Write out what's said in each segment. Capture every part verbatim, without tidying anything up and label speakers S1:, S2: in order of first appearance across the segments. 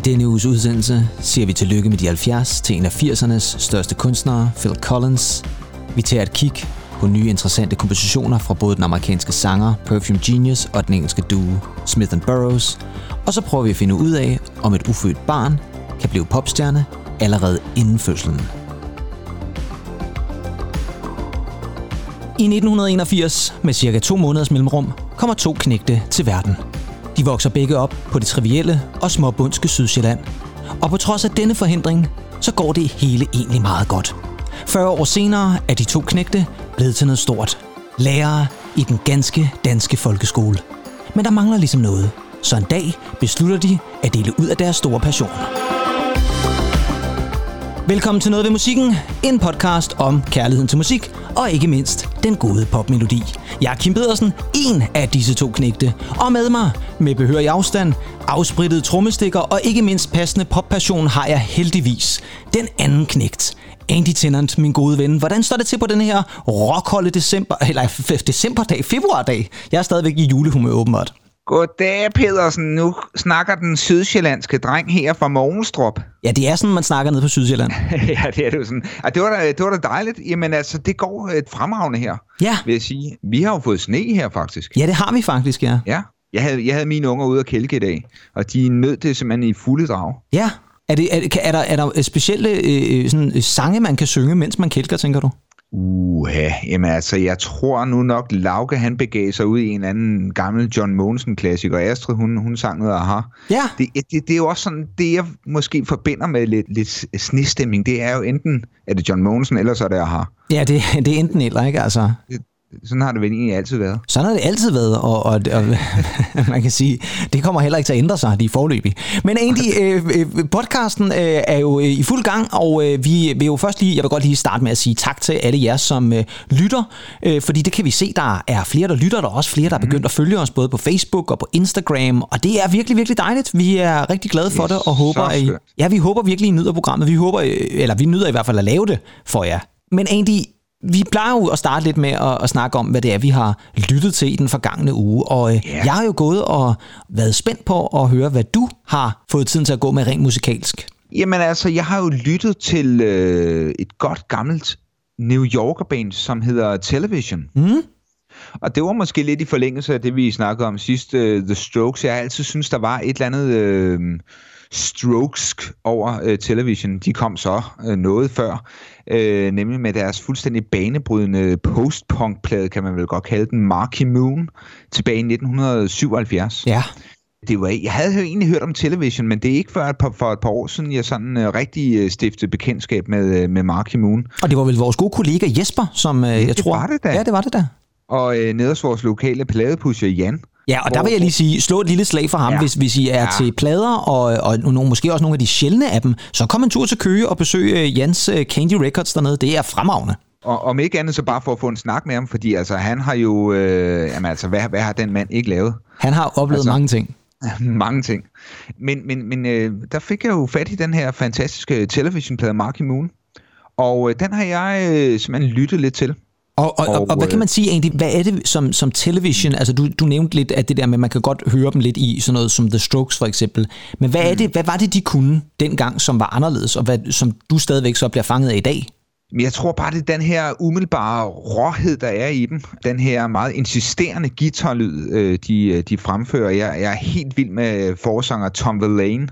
S1: denne uges udsendelse siger vi tillykke med de halvfjerds til en af firsernes største kunstnere, Phil Collins. Vi tager et kig på nye interessante kompositioner fra både den amerikanske sanger Perfume Genius og den engelske duo Smith and Burroughs. Og så prøver vi at finde ud af, om et ufødt barn kan blive popstjerne allerede inden fødslen. I nitten enogfirs, med cirka to måneders mellemrum, kommer to knægte til verden. De vokser begge op på det trivielle og småbundske Sydsjælland. Og på trods af denne forhindring, så går det hele egentlig meget godt. fyrre år senere er de to knægte blevet til noget stort. Lærere i den ganske danske folkeskole. Men der mangler ligesom noget. Så en dag beslutter de at dele ud af deres store passion. Velkommen til Noget ved Musikken, en podcast om kærligheden til musik, og ikke mindst den gode popmelodi. Jeg er Kim Pedersen, en af disse to knægte, og med mig, med behørig afstand, afsprittet trommestikker og ikke mindst passende poppassion, har jeg heldigvis den anden knægt. Andy Tennant, min gode ven. Hvordan står det til på den her rockholde december, eller decemberdag, februardag? Jeg er stadigvæk i julehumør åbenbart.
S2: Goddag, Pedersen. Nu snakker den sydsjællandske dreng her fra Mogenstrup.
S1: Ja, det er sådan, man snakker nede på Sydsjælland.
S2: Ja, det er det jo sådan. Ah, det var da, det var da dejligt. Jamen altså, det går et fremragende her,
S1: ja.
S2: Vil jeg sige. Vi har jo fået sne her, faktisk.
S1: Ja, det har vi faktisk, ja.
S2: Ja, jeg havde, jeg havde mine unger ude at kælke i dag, og de nød det simpelthen i fulde drag.
S1: Ja. Er, det, er, er, der, er der specielle øh, sådan, sange, man kan synge, mens man kælker, tænker du?
S2: Uha, jamen altså, jeg tror nu nok, Lauke han begav sig ud i en anden gammel John Mogensen-klassiker. Astrid, hun, hun sang noget Aha.
S1: Ja.
S2: Det, det, det er jo også sådan, det jeg måske forbinder med lidt, lidt snestemning, det er jo enten, er det John Mogensen, eller så er det Aha.
S1: Ja, det, det er enten eller, ikke? Altså... Det
S2: Sådan har det vel egentlig altid været.
S1: Sådan har det altid været, og, og, og man kan sige, det kommer heller ikke til at ændre sig, de er forløbige. Men egentlig, øh, podcasten øh, er jo i fuld gang, og øh, vi vil jo først lige, jeg vil godt lige starte med at sige tak til alle jer, som øh, lytter, øh, fordi det kan vi se, der er flere, der lytter, der er også flere, der er begyndt at følge os, både på Facebook og på Instagram, og det er virkelig, virkelig dejligt. Vi er rigtig glade for det, og håber, at I, ja, vi håber virkelig, I nyder programmet. Vi håber, eller vi nyder i hvert fald at lave det for jer. Men egentlig, vi plejer jo at starte lidt med at, at snakke om, hvad det er, vi har lyttet til i den forgangne uge. Og øh, yeah. jeg har jo gået og været spændt på at høre, hvad du har fået tiden til at gå med rent musikalsk.
S2: Jamen altså, jeg har jo lyttet til øh, et godt gammelt New Yorker-band, som hedder Television. Mm. Og det var måske lidt i forlængelse af det, vi snakkede om sidst, uh, The Strokes. Jeg har altid synes der var et eller andet... Øh, Strokes over øh, Television. De kom så øh, noget før, øh, nemlig med deres fuldstændig banebrydende post-punk-plade, kan man vel godt kalde den, Marquee Moon, tilbage i nitten syvoghalvfjerds.
S1: Ja.
S2: Det var, jeg havde jo egentlig hørt om Television, men det er ikke før et par, for et par år siden, jeg sådan øh, rigtig øh, stiftede bekendtskab med, øh, med Marquee Moon.
S1: Og det var vel vores gode kollega Jesper, som øh,
S2: ja,
S1: jeg
S2: det
S1: tror...
S2: Var det da.
S1: Ja, det var det da.
S2: Og øh, nede hos vores lokale pladepusher Jan.
S1: Ja, og der vil jeg lige sige, slå et lille slag for ham, ja. hvis, hvis I er ja. til plader, og, og nogle, måske også nogle af de sjældne af dem, så kom en tur til Køge og besøg Jans Candy Records dernede. Det er fremragende.
S2: Og om ikke andet, så bare for at få en snak med ham, fordi altså, han har jo... Øh, jamen altså, hvad, hvad har den mand ikke lavet?
S1: Han har oplevet altså, mange ting.
S2: Mange ting. Men, men, men øh, der fik jeg jo fat i den her fantastiske televisionplade Marquee Moon, og øh, den har jeg øh, simpelthen lyttet lidt til.
S1: Og, og, og, og hvad kan man sige egentlig, hvad er det som, som Television, altså du, du nævnte lidt af det der med, at man kan godt høre dem lidt i sådan noget som The Strokes for eksempel, men hvad, er det, hvad var det, de kunne dengang, som var anderledes, og hvad, som du stadigvæk så bliver fanget af i dag?
S2: Jeg tror bare, det er den her umiddelbare råhed, der er i dem. Den her meget insisterende guitarlyd, de, de fremfører. Jeg, jeg er helt vild med forsanger Tom Verlaine.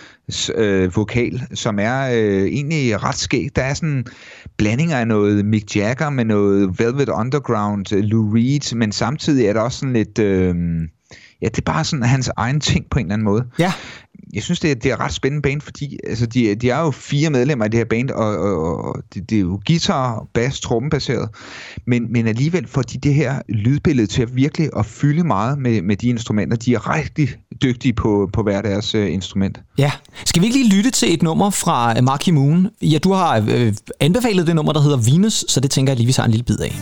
S2: Øh, vokal, som er øh, egentlig ret skæg. Der er sådan blandinger af noget Mick Jagger med noget Velvet Underground, øh, Lou Reed, men samtidig er der også sådan lidt... Øh, ja, det er bare sådan hans egen ting på en eller anden måde.
S1: Ja.
S2: Jeg synes, det er, det er ret spændende band, fordi altså, de, de er jo fire medlemmer i det her band, og, og, og det, det er jo guitar, bass, trommebaseret, men, men alligevel får de det her lydbillede til at virkelig at fylde meget med, med de instrumenter. De er rigtig dygtige på, på hver deres uh, instrument.
S1: Ja. Skal vi ikke lige lytte til et nummer fra Marquee Moon? Ja, du har øh, anbefalet det nummer, der hedder Venus, så det tænker jeg lige, vi tager en lille bid af.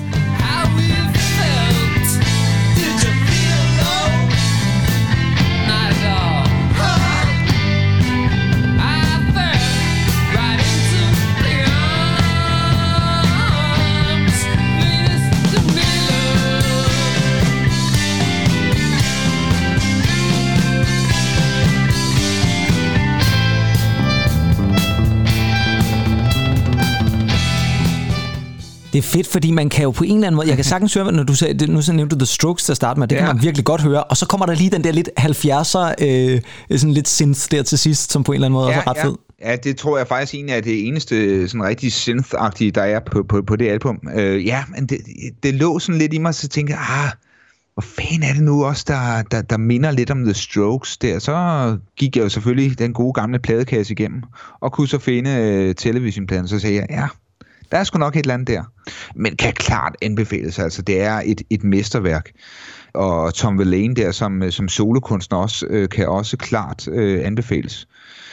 S1: Det er fedt, fordi man kan jo på en eller anden måde, jeg kan sagtens høre, når du sagde, nu så nævnte du The Strokes til at starte med, det ja. kan man virkelig godt høre, og så kommer der lige den der lidt halvfjerdser, øh, sådan lidt synth der til sidst, som på en eller anden måde ja, også er ret
S2: ja.
S1: fed.
S2: Ja, det tror jeg faktisk egentlig er det eneste sådan rigtig synth-agtige, der er på, på, på det album. Øh, ja, men det, det lå sådan lidt i mig, så tænkte jeg, ah, hvor fanden er det nu også, der, der, der minder lidt om The Strokes der? Så gik jeg jo selvfølgelig den gode gamle pladekasse igennem, og kunne så finde uh, televisionpladen, så sagde jeg, ja, der er sgu nok et eller andet der. Men kan klart anbefales, altså det er et, et mesterværk. Og Tom Verlaine der som, som solokunstner også, øh, kan også klart øh, anbefales.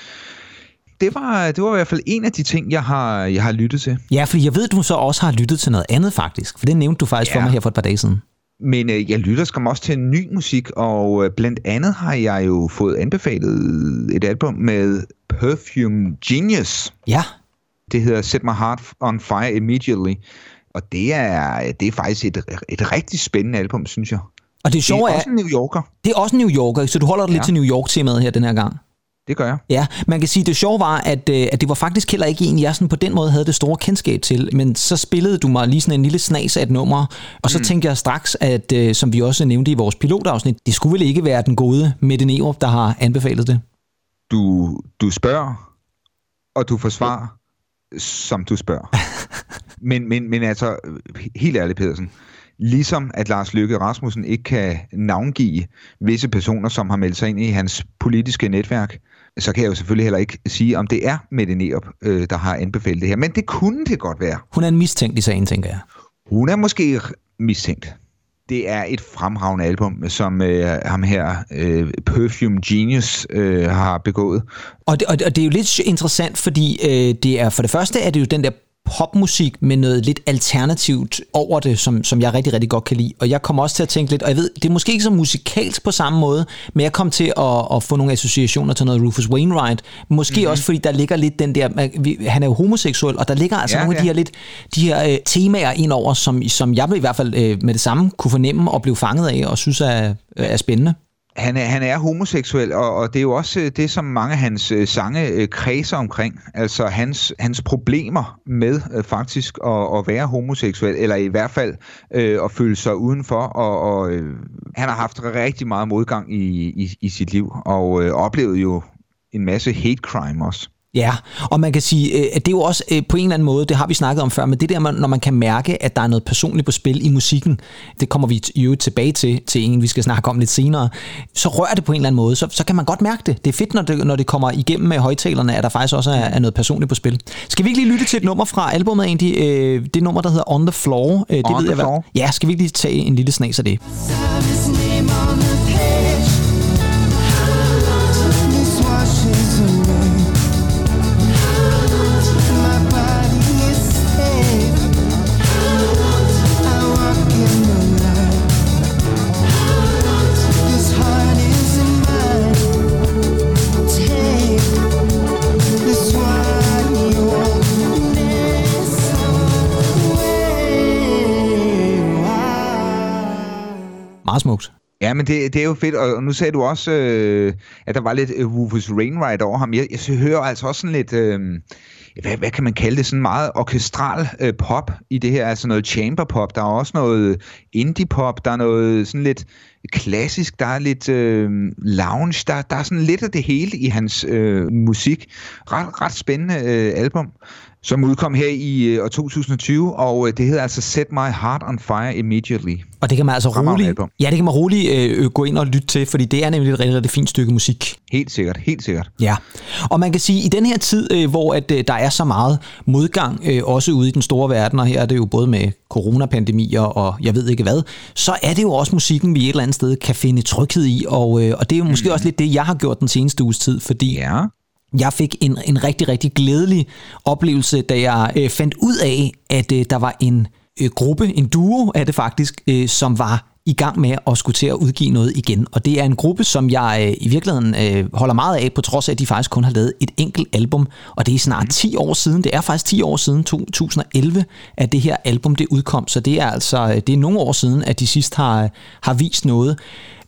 S2: Det var, det var i hvert fald en af de ting, jeg har, jeg har lyttet til.
S1: Ja, fordi jeg ved, du så også har lyttet til noget andet faktisk, for det nævnte du faktisk ja. for mig her for et par dage siden.
S2: Men øh, jeg lytter skam også til ny musik, og øh, blandt andet har jeg jo fået anbefalet et album med Perfume Genius.
S1: Ja.
S2: Det hedder Set My Heart on Fire Immediately, og det er, det er faktisk et, et rigtig spændende album, synes jeg.
S1: Og det, sjove
S2: det er
S1: er
S2: også en New Yorker.
S1: Det er også en New Yorker, så du holder dig ja. lidt til New York-temaet her den her gang.
S2: Det gør jeg.
S1: Ja, man kan sige, at det sjove var, at, at det var faktisk heller ikke en, jeg sådan på den måde havde det store kendskab til, men så spillede du mig lige sådan en lille snas af et nummer, og så mm. tænkte jeg straks, at som vi også nævnte i vores pilotafsnit, det skulle vel ikke være den gode Mette Neerup, der har anbefalet det?
S2: Du, du spørger, og du forsvarer, som du spørger. men, men, men altså, helt ærligt, Pedersen, ligesom at Lars Løkke Rasmussen ikke kan navngive visse personer, som har meldt sig ind i hans politiske netværk, så kan jeg jo selvfølgelig heller ikke sige, om det er Mette Neerup, øh, der har anbefalet det her. Men det kunne det godt være.
S1: Hun er en mistænkt i sagen, tænker jeg.
S2: Hun er måske mistænkt. Det er et fremragende album, som øh, ham her, øh, Perfume Genius, øh, har begået.
S1: Og det, og det er jo lidt interessant, fordi øh, det er for det første er det jo den der popmusik med noget lidt alternativt over det, som, som jeg rigtig, rigtig godt kan lide. Og jeg kommer også til at tænke lidt, og jeg ved, det er måske ikke så musikalsk på samme måde, men jeg kom til at, at få nogle associationer til noget Rufus Wainwright. Måske mm-hmm. også fordi der ligger lidt den der, han er jo homoseksuel, og der ligger altså ja, nogle ja. af de her lidt, de her øh, temaer indover, som, som jeg i hvert fald øh, med det samme kunne fornemme og blive fanget af, og synes er, er spændende.
S2: Han er, han er homoseksuel, og, og det er jo også det, som mange af hans øh, sange øh, kredser omkring. Altså hans, hans problemer med øh, faktisk at, at være homoseksuel, eller i hvert fald øh, at føle sig udenfor. Og, og øh, han har haft rigtig meget modgang i, i, i sit liv, og øh, oplevet jo en masse hate crime også. Ja,
S1: og man kan sige, at det er jo også på en eller anden måde, det har vi snakket om før, men det der, når man kan mærke, at der er noget personligt på spil i musikken, det kommer vi jo tilbage til, til en, vi skal snakke om lidt senere, så rører det på en eller anden måde, så, så kan man godt mærke det. Det er fedt, når det, når det kommer igennem med højtalerne, at der faktisk også er, er noget personligt på spil. Skal vi ikke lige lytte til et nummer fra albumet egentlig? Det nummer, der hedder On The Floor. Det
S2: On
S1: ved
S2: the
S1: jeg,
S2: Floor?
S1: Ja, skal vi ikke lige tage en lille snas af det? Meget smukt.
S2: Ja, men det, det er jo fedt, og nu sagde du også, øh, at der var lidt øh, Rufus Wainwright over ham. Jeg, jeg hører altså også sådan lidt, øh, hvad, hvad kan man kalde det, sådan meget orkestral øh, pop i det her, altså noget chamber pop. Der er også noget indie pop, der er noget sådan lidt klassisk, der er lidt øh, lounge, der, der er sådan lidt af det hele i hans øh, musik. Ret, ret spændende øh, album, som udkom her i øh, år to tusind og tyve, og øh, det hedder altså Set My Heart on Fire Immediately.
S1: Og det kan man altså roligt, ja, det kan man roligt øh, gå ind og lytte til, fordi det er nemlig et rigtig, rigtig fint stykke musik.
S2: Helt sikkert, helt sikkert.
S1: Ja, og man kan sige, at i den her tid, øh, hvor at, øh, der er så meget modgang, øh, også ude i den store verden, og her er det jo både med coronapandemier og jeg ved ikke hvad, så er det jo også musikken, vi et eller andet sted kan finde tryghed i, og, øh, og det er jo måske mm. også lidt det, jeg har gjort den seneste uges tid, fordi
S2: ja.
S1: jeg fik en, en rigtig, rigtig glædelig oplevelse, da jeg øh, fandt ud af, at øh, der var en øh, gruppe, en duo er det faktisk, øh, som var i gang med at skulle til at udgive noget igen. Og det er en gruppe, som jeg øh, i virkeligheden øh, holder meget af, på trods af, at de faktisk kun har lavet et enkelt album. Og det er snart ti år siden, det er faktisk ti år siden, to tusind og elleve, at det her album det udkom. Så det er altså det er nogle år siden, at de sidst har, har vist noget.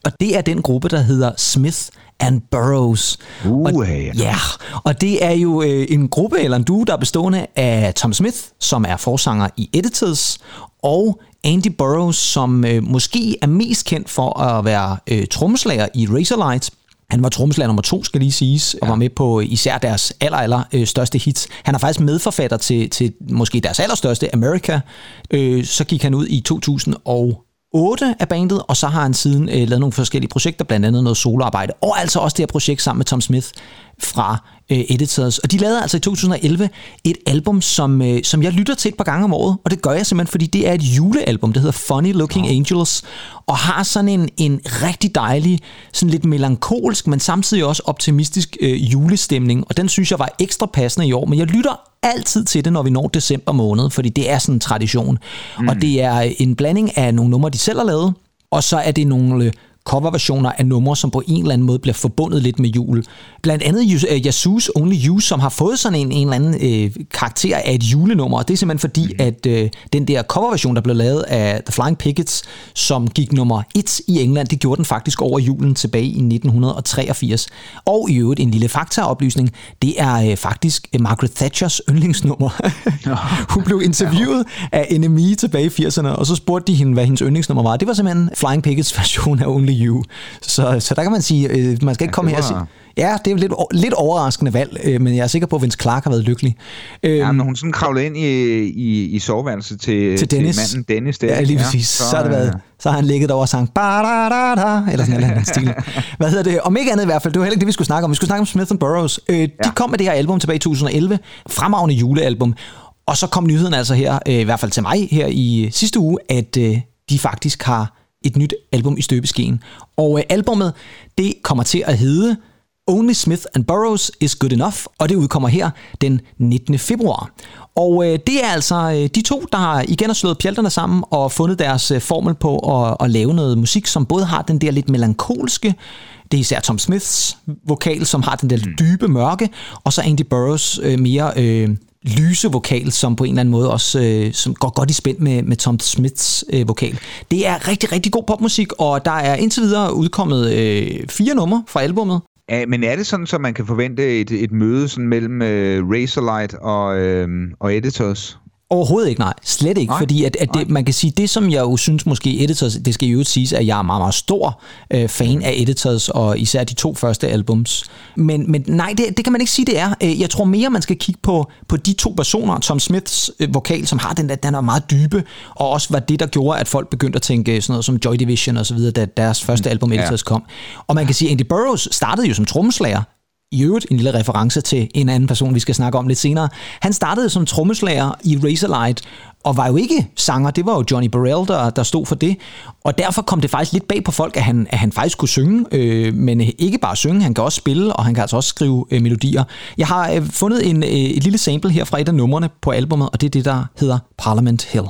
S1: og det er den gruppe, der hedder Smith and Burroughs.
S2: Uh,
S1: og,
S2: ja.
S1: ja, og det er jo øh, en gruppe eller en duo, der er bestående af Tom Smith, som er forsanger i Editors, og Andy Burroughs, som øh, måske er mest kendt for at være øh, trommeslager i Razorlight. Han var trommeslager nummer to, skal lige siges, og ja. var med på især deres aller, aller øh, største hits. Han er faktisk medforfatter til, til måske deres allerstørste, America. Øh, så gik han ud i to tusind og otte af bandet, og så har han siden øh, lavet nogle forskellige projekter, blandt andet noget soloarbejde, og altså også det her projekt sammen med Tom Smith fra øh, Editors. Og de lavede altså i to tusind og elleve et album, som, øh, som jeg lytter til et par gange om året, og det gør jeg simpelthen, fordi det er et julealbum, det hedder Funny Looking oh. Angels, og har sådan en, en rigtig dejlig, sådan lidt melankolsk, men samtidig også optimistisk øh, julestemning, og den synes jeg var ekstra passende i år, men jeg lytter altid til det, når vi når december måned, fordi det er sådan en tradition. Mm. Og det er en blanding af nogle numre, de selv har lavet, og så er det nogle coverversioner af numre, som på en eller anden måde bliver forbundet lidt med jul. Blandt andet Yazoo's Only You, som har fået sådan en, en eller anden øh, karakter af et julenummer, og det er simpelthen fordi, mm. at øh, den der coverversion, der blev lavet af The Flying Pickets, som gik nummer et i England, det gjorde den faktisk over julen tilbage i nitten treogfirs. Og i øvrigt en lille faktaoplysning, det er øh, faktisk Margaret Thatchers yndlingsnummer. Hun blev interviewet af N M E tilbage i firserne, og så spurgte de hende, hvad hendes yndlingsnummer var. Det var simpelthen Flying Pickets version af Only You. Så, så der kan man sige, øh, man skal ikke komme ja, her og sige... Ja, det er lidt, lidt overraskende valg, øh, men jeg er sikker på, at Vince Clarke har været lykkelig. Øh,
S2: ja, når hun sådan kravlede ind i, i, i soveværelset til,
S1: til, Dennis.
S2: til manden Dennis. Der,
S1: ja, lige præcis. Ja, så, så, har det været, så har han ligget derovre og sang ba-da-da-da, eller sådan en stil. Hvad hedder det? Om ikke andet i hvert fald, det var heller ikke det, vi skulle snakke om. Vi skulle snakke om Smith and Burroughs. Øh, ja. De kom med det her album tilbage i to tusind og elleve. Fremragende julealbum. Og så kom nyheden altså her, øh, i hvert fald til mig her i sidste uge, at øh, de faktisk har et nyt album i støbeskeen. Og øh, albummet, det kommer til at hedde Only Smith and Burroughs is Good Enough, og det udkommer her den nittende februar. Og øh, det er altså øh, de to, der har igen har slået pjalterne sammen og fundet deres øh, formel på at, at lave noget musik, som både har den der lidt melankolske, det er især Tom Smiths vokal, som har den der mm. dybe mørke, og så Andy Burroughs øh, mere øh, lyse vokal, som på en eller anden måde også øh, som går godt i spænd med, med Tom Smiths øh, vokal. Det er rigtig, rigtig god popmusik, og der er indtil videre udkommet øh, fire numre fra albummet.
S2: Ja, men er det sådan, så man kan forvente et, et møde sådan mellem øh, Razorlight og, øh, og Editors?
S1: Overhovedet ikke, nej. Slet ikke, nej. Fordi at, at det, man kan sige, det som jeg jo synes måske Editors, det skal jo ikke siges, at jeg er meget, meget stor øh, fan af Editors, og især de to første albums. Men, men nej, det, det kan man ikke sige, det er. Jeg tror mere, man skal kigge på, på de to personer, Tom Smiths øh, vokal, som har den der, den er meget dybe, og også var det, der gjorde, at folk begyndte at tænke sådan noget som Joy Division og så videre, da deres første album Editors ja. kom. Og man kan sige, Andy Burroughs startede jo som trommeslager. I øvrigt en lille reference til en anden person, vi skal snakke om lidt senere. Han startede som trommeslager i Razorlight, og var jo ikke sanger, det var jo Johnny Burrell, der, der stod for det. Og derfor kom det faktisk lidt bag på folk, at han, at han faktisk kunne synge, øh, men ikke bare synge, han kan også spille, og han kan altså også skrive øh, melodier. Jeg har øh, fundet en, øh, et lille sample her fra et af numrene på albummet, og det er det, der hedder Parliament Hill.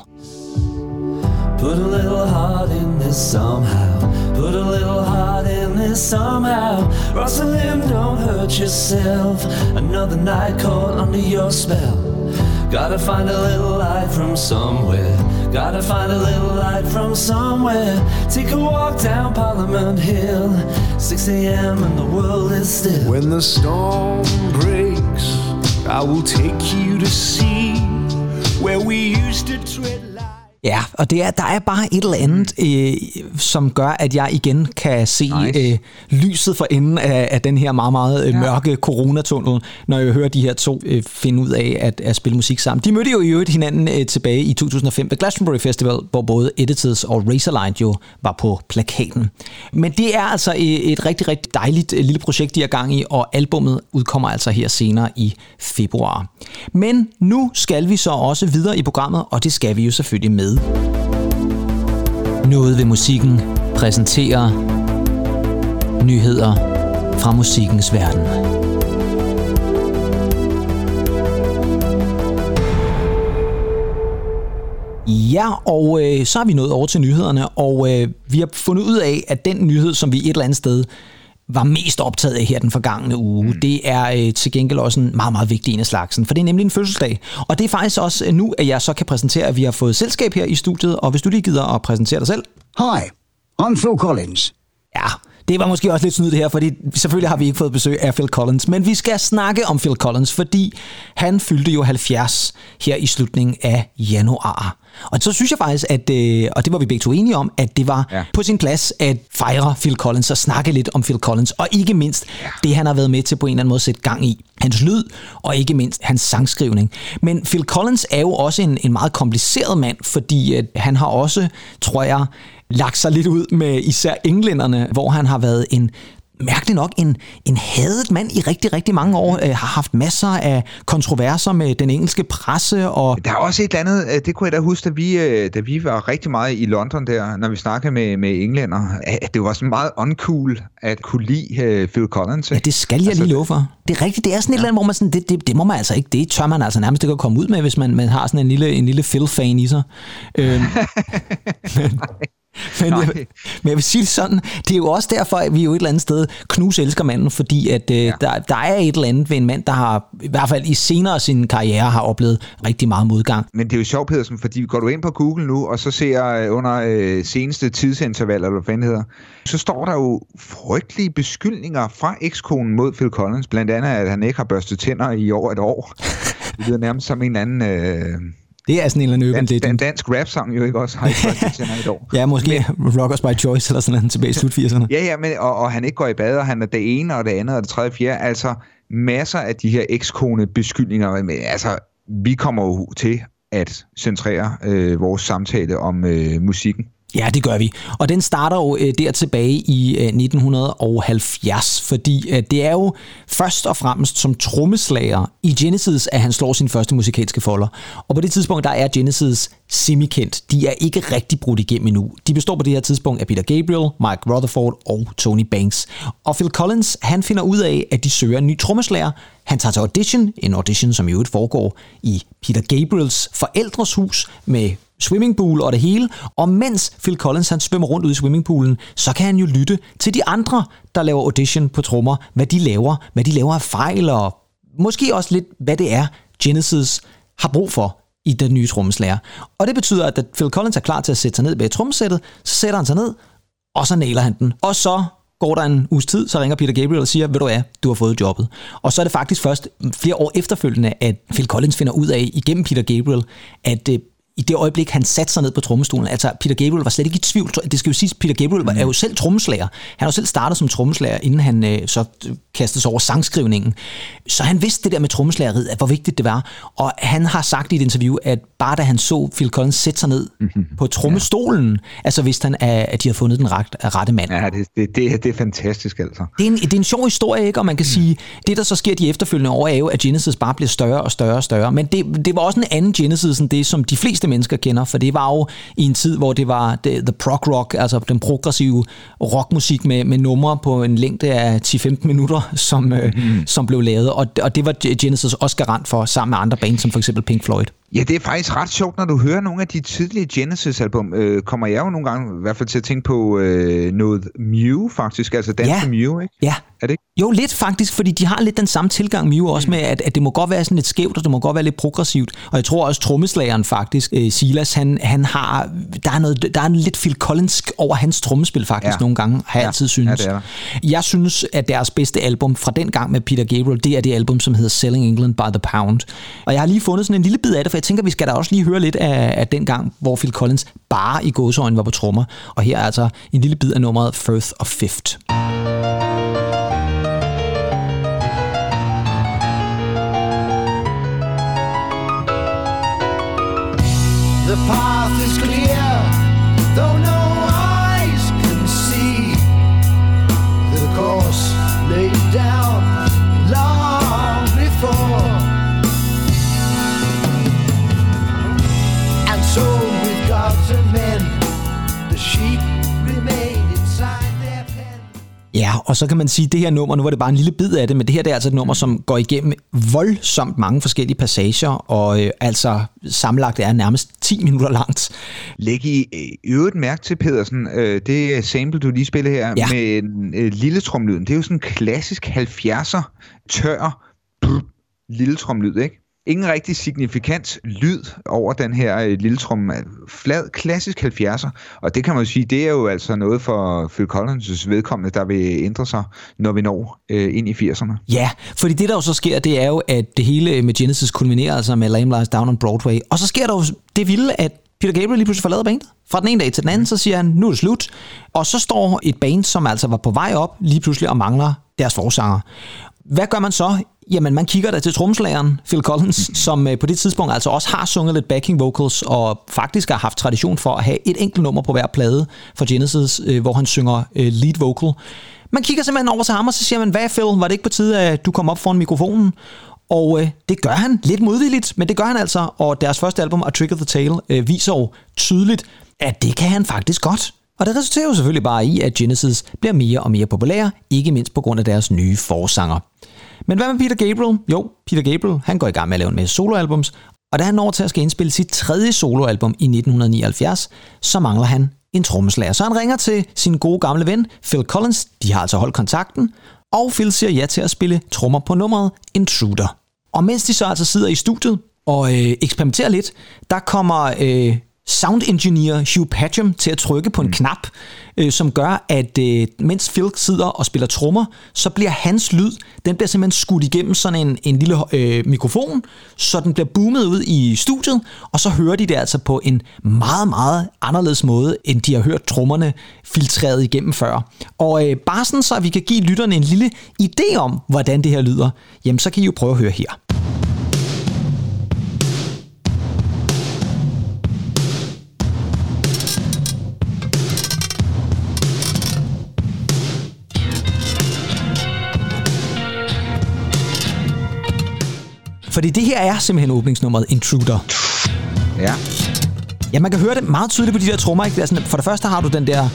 S1: Put a little heart in this somehow. Put a little heart in this somehow. Rosalind, don't hurt yourself. Another night caught under your spell. Gotta find a little light from somewhere. Gotta find a little light from somewhere. Take a walk down Parliament Hill. six a.m. and the world is still. When the storm breaks, I will take you to see where we used to tread. Ja, og det er, der er bare et eller andet, øh, som gør, at jeg igen kan se nice. øh, lyset for enden af, af den her meget, meget øh, mørke ja. coronatunnel, når jeg hører de her to øh, finde ud af at, at spille musik sammen. De mødte jo i øvrigt hinanden øh, tilbage i to tusind og fem ved Glastonbury Festival, hvor både Editors og Razorlight jo var på plakaten. Men det er altså et, et rigtig, rigtig dejligt øh, lille projekt, de er gang i, og albummet udkommer altså her senere i februar. Men nu skal vi så også videre i programmet, og det skal vi jo selvfølgelig med. Noget ved musikken præsenterer nyheder fra musikkens verden. Ja, og øh, så har vi nået over til nyhederne, og øh, vi har fundet ud af, at den nyhed, som vi et eller andet sted var mest optaget af her den forgangne uge, mm. det er øh, til gengæld også en meget, meget vigtig en af slagsen, for det er nemlig en fødselsdag. Og det er faktisk også nu, at jeg så kan præsentere, at vi har fået selskab her i studiet, og hvis du lige gider at præsentere dig selv.
S3: Hi, I'm Phil Collins.
S1: Ja, det var måske også lidt snydt det her, fordi selvfølgelig har vi ikke fået besøg af Phil Collins, men vi skal snakke om Phil Collins, fordi han fyldte jo halvfjerds her i slutningen af januar. Og så synes jeg faktisk, at, og det var vi begge to enige om, at det var ja. på sin plads at fejre Phil Collins og snakke lidt om Phil Collins, og ikke mindst ja. det, han har været med til på en eller anden måde at sætte gang i. Hans lyd, og ikke mindst hans sangskrivning. Men Phil Collins er jo også en, en meget kompliceret mand, fordi at han har også, tror jeg, lagt sig lidt ud med især englænderne, hvor han har været en mærkeligt nok en, en hadet mand i rigtig, rigtig mange år, øh, har haft masser af kontroverser med den engelske presse. Og
S2: der er også et eller andet, det kunne jeg da huske, da vi, da vi var rigtig meget i London der, når vi snakkede med, med englænder, at det var sådan meget uncool at kunne lide uh, Phil Collins.
S1: Ja, det skal jeg altså, lige love for. Det er rigtigt, det er sådan et ja. eller andet, hvor man sådan, det, det, det må man altså ikke, det tør man altså nærmest ikke at komme ud med, hvis man, man har sådan en lille, en lille Phil-fan i sig. Øhm, men, Men jeg, men jeg vil sige det sådan, det er jo også derfor, at vi jo et eller andet sted knus elsker manden, fordi at øh, ja. der, der er et eller andet ved en mand, der har, i hvert fald i senere sin karriere, har oplevet rigtig meget modgang.
S2: Men det er jo sjovt, Pedersen, fordi går du ind på Google nu, og så ser under øh, seneste tidsinterval, eller hvad fanden hedder, så står der jo frygtelige beskyldninger fra ekskonen mod Phil Collins, blandt andet, at han ikke har børstet tænder i over et år. Det lyder nærmest som en anden... Øh,
S1: Det er sådan en eller anden øben
S2: lidt. Den dansk rap-sang jo ikke også har ikke først tænder et år.
S1: Ja, måske men, Rockers by Choice eller sådan noget tilbage i slut firserne.
S2: Ja, ja, men, og, og han ikke går i bad, og han er det ene, og det andet, og det tredje, fjerde. Altså, masser af de her ekskone beskyldninger. Men, altså, vi kommer jo til at centrere øh, vores samtale om øh, musikken.
S1: Ja, det gør vi. Og den starter jo øh, der tilbage i øh, nitten halvfjerds, fordi øh, det er jo først og fremmest som trommeslager i Genesis, at han slår sin første musikalske folder. Og på det tidspunkt, der er Genesis semi-kendt. De er ikke rigtig brudt igennem endnu. De består på det her tidspunkt af Peter Gabriel, Mike Rutherford og Tony Banks. Og Phil Collins, han finder ud af, at de søger en ny trommeslager. Han tager til audition, en audition, som i øvrigt foregår i Peter Gabriels forældres hus med swimmingpool og det hele, og mens Phil Collins han svømmer rundt ude i swimmingpoolen, så kan han jo lytte til de andre, der laver audition på trommer, hvad de laver, hvad de laver af fejl, og måske også lidt, hvad det er, Genesis har brug for i den nye trommeslager. Og det betyder, at da Phil Collins er klar til at sætte sig ned bag trommesættet, så sætter han sig ned, og så nailer han den. Og så går der en uges tid, så ringer Peter Gabriel og siger, ved du hvad, du har fået jobbet. Og så er det faktisk først flere år efterfølgende, at Phil Collins finder ud af, igennem Peter Gabriel, at i det øjeblik, han satte sig ned på trommestolen, altså Peter Gabriel var slet ikke i tvivl. Det skal jo siges, Peter Gabriel var, er jo selv trommeslager. Han har jo selv startet som trommeslager, inden han øh, så kastede sig over sangskrivningen. Så han vidste det der med trommeslageriet, hvor vigtigt det var. Og han har sagt i et interview, at bare da han så Phil Collins sætte sig ned mm-hmm. på trommestolen, ja. altså vidste han, at de havde fundet den ret, rette mand.
S2: Ja, det, det, det, det er fantastisk altså.
S1: Det er, en, det er en sjov historie, ikke? Og man kan mm. sige, det der så sker de efterfølgende år, er jo, at Genesis bare bliver større og større og større. Men det, det var også en anden Genesis, end det, som de fleste mennesker kender, for det var jo i en tid, hvor det var the, the prog rock, altså den progressive rockmusik med, med numre på en længde af ti til femten minutter, som, mm. øh, som blev lavet, og, og det var Genesis også garant for, sammen med andre bands, som for eksempel Pink Floyd.
S2: Ja, det er faktisk ret sjovt, når du hører nogle af de tidlige Genesis-album, øh, kommer jeg jo nogle gange i hvert fald til at tænke på øh, noget Mew, faktisk, altså Dance ja. Mew, ikke?
S1: Ja.
S2: Er det ikke?
S1: Jo, lidt faktisk, fordi de har lidt den samme tilgang, Mew, også med, at, at det må godt være sådan lidt skævt, og det må godt være lidt progressivt. Og jeg tror også, trommeslageren faktisk, øh, Silas, han, han har, der er, noget, der er en lidt Phil Collins over hans trommespil faktisk ja. nogle gange, har jeg ja. altid synes. Ja, det er. Jeg synes, at deres bedste album fra den gang med Peter Gabriel, det er det album, som hedder Selling England by the Pound. Og jeg har lige fundet sådan en lille bid af det, for jeg tænker, vi skal da også lige høre lidt af, af den gang, hvor Phil Collins bare i gåseøjne var på trommer. Og her er altså en lille bid af nummeret Firth of Fifth.
S3: The path is clear, though no eyes can see. The course laid down long before. And so with gods and men, the sheep remained inside their pen.
S1: Ja, og så kan man sige, at det her nummer, nu var det bare en lille bid af det, men det her det er altså et nummer, som går igennem voldsomt mange forskellige passager, og øh, altså sammenlagt er nærmest ti minutter langt.
S2: Læg i øvrigt mærke til, Pedersen, øh, det sample, du lige spiller her, ja. med en øh, lille tromlyden. Det er jo sådan en klassisk halvfjerdser, tør, brr, lille tromlyd, ikke? ingen rigtig signifikant lyd over den her øh, lille tromme. Flad, klassisk halvfjerdser, og det kan man jo sige, det er jo altså noget for Phil Collins' vedkommende, der vil ændre sig, når vi når øh, ind i firserne.
S1: Ja, fordi det der jo så sker, det er jo, at det hele med Genesis kulminerer altså med Lamb Lies Down on Broadway, og så sker der jo det vilde, at Peter Gabriel lige pludselig forlader bandet. Fra den ene dag til den anden, så siger han, nu er det slut. Og så står et band, som altså var på vej op, lige pludselig og mangler deres forsanger. Hvad gør man så? Jamen, man kigger der til trommeslageren Phil Collins, som på det tidspunkt altså også har sunget lidt backing vocals, og faktisk har haft tradition for at have et enkelt nummer på hver plade for Genesis, hvor han synger lead vocal. Man kigger simpelthen over til ham, og så siger man, hvad Phil, var det ikke på tide, at du kom op foran mikrofonen? Og øh, det gør han lidt modvilligt, men det gør han altså, og deres første album, A Trick of the Tail, øh, viser jo tydeligt, at det kan han faktisk godt. Og det resulterer jo selvfølgelig bare i, at Genesis bliver mere og mere populære, ikke mindst på grund af deres nye forsanger. Men hvad med Peter Gabriel? Jo, Peter Gabriel, han går i gang med at lave en masse soloalbums, og da han når til at skal indspille sit tredje soloalbum i nitten nioghalvfjerds, så mangler han en trommeslager. Så han ringer til sin gode gamle ven, Phil Collins, de har altså holdt kontakten, og Phil siger ja til at spille trommer på nummeret Intruder. Og mens de så altså sidder i studiet og øh, eksperimenterer lidt, der kommer øh, sound engineer Hugh Padgham til at trykke på en knap, øh, som gør, at øh, mens Phil sidder og spiller trommer, så bliver hans lyd, den bliver simpelthen skudt igennem sådan en, en lille øh, mikrofon, så den bliver boomet ud i studiet, og så hører de det altså på en meget, meget anderledes måde, end de har hørt trommerne filtreret igennem før. Og øh, bare sådan, så vi kan give lytterne en lille idé om, hvordan det her lyder, jamen så kan I jo prøve at høre her. Fordi det her er simpelthen åbningsnummeret Intruder.
S2: Ja.
S1: Ja, man kan høre det meget tydeligt på de der trommer, ikke? Det er sådan, for det første har du den der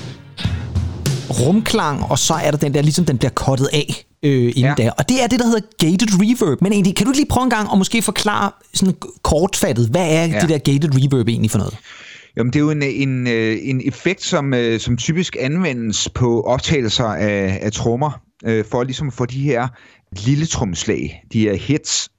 S1: rumklang, og så er der den der, ligesom den bliver cuttet af øh, inden ja. der. Og det er det, der hedder gated reverb. Men egentlig, kan du lige prøve en gang og måske forklare sådan kortfattet, hvad er ja. det der gated reverb egentlig for noget?
S2: Jamen, det er jo en, en, en effekt, som, som typisk anvendes på optagelser af, af trommer, øh, for ligesom at få de her lille trommeslag, de her hits,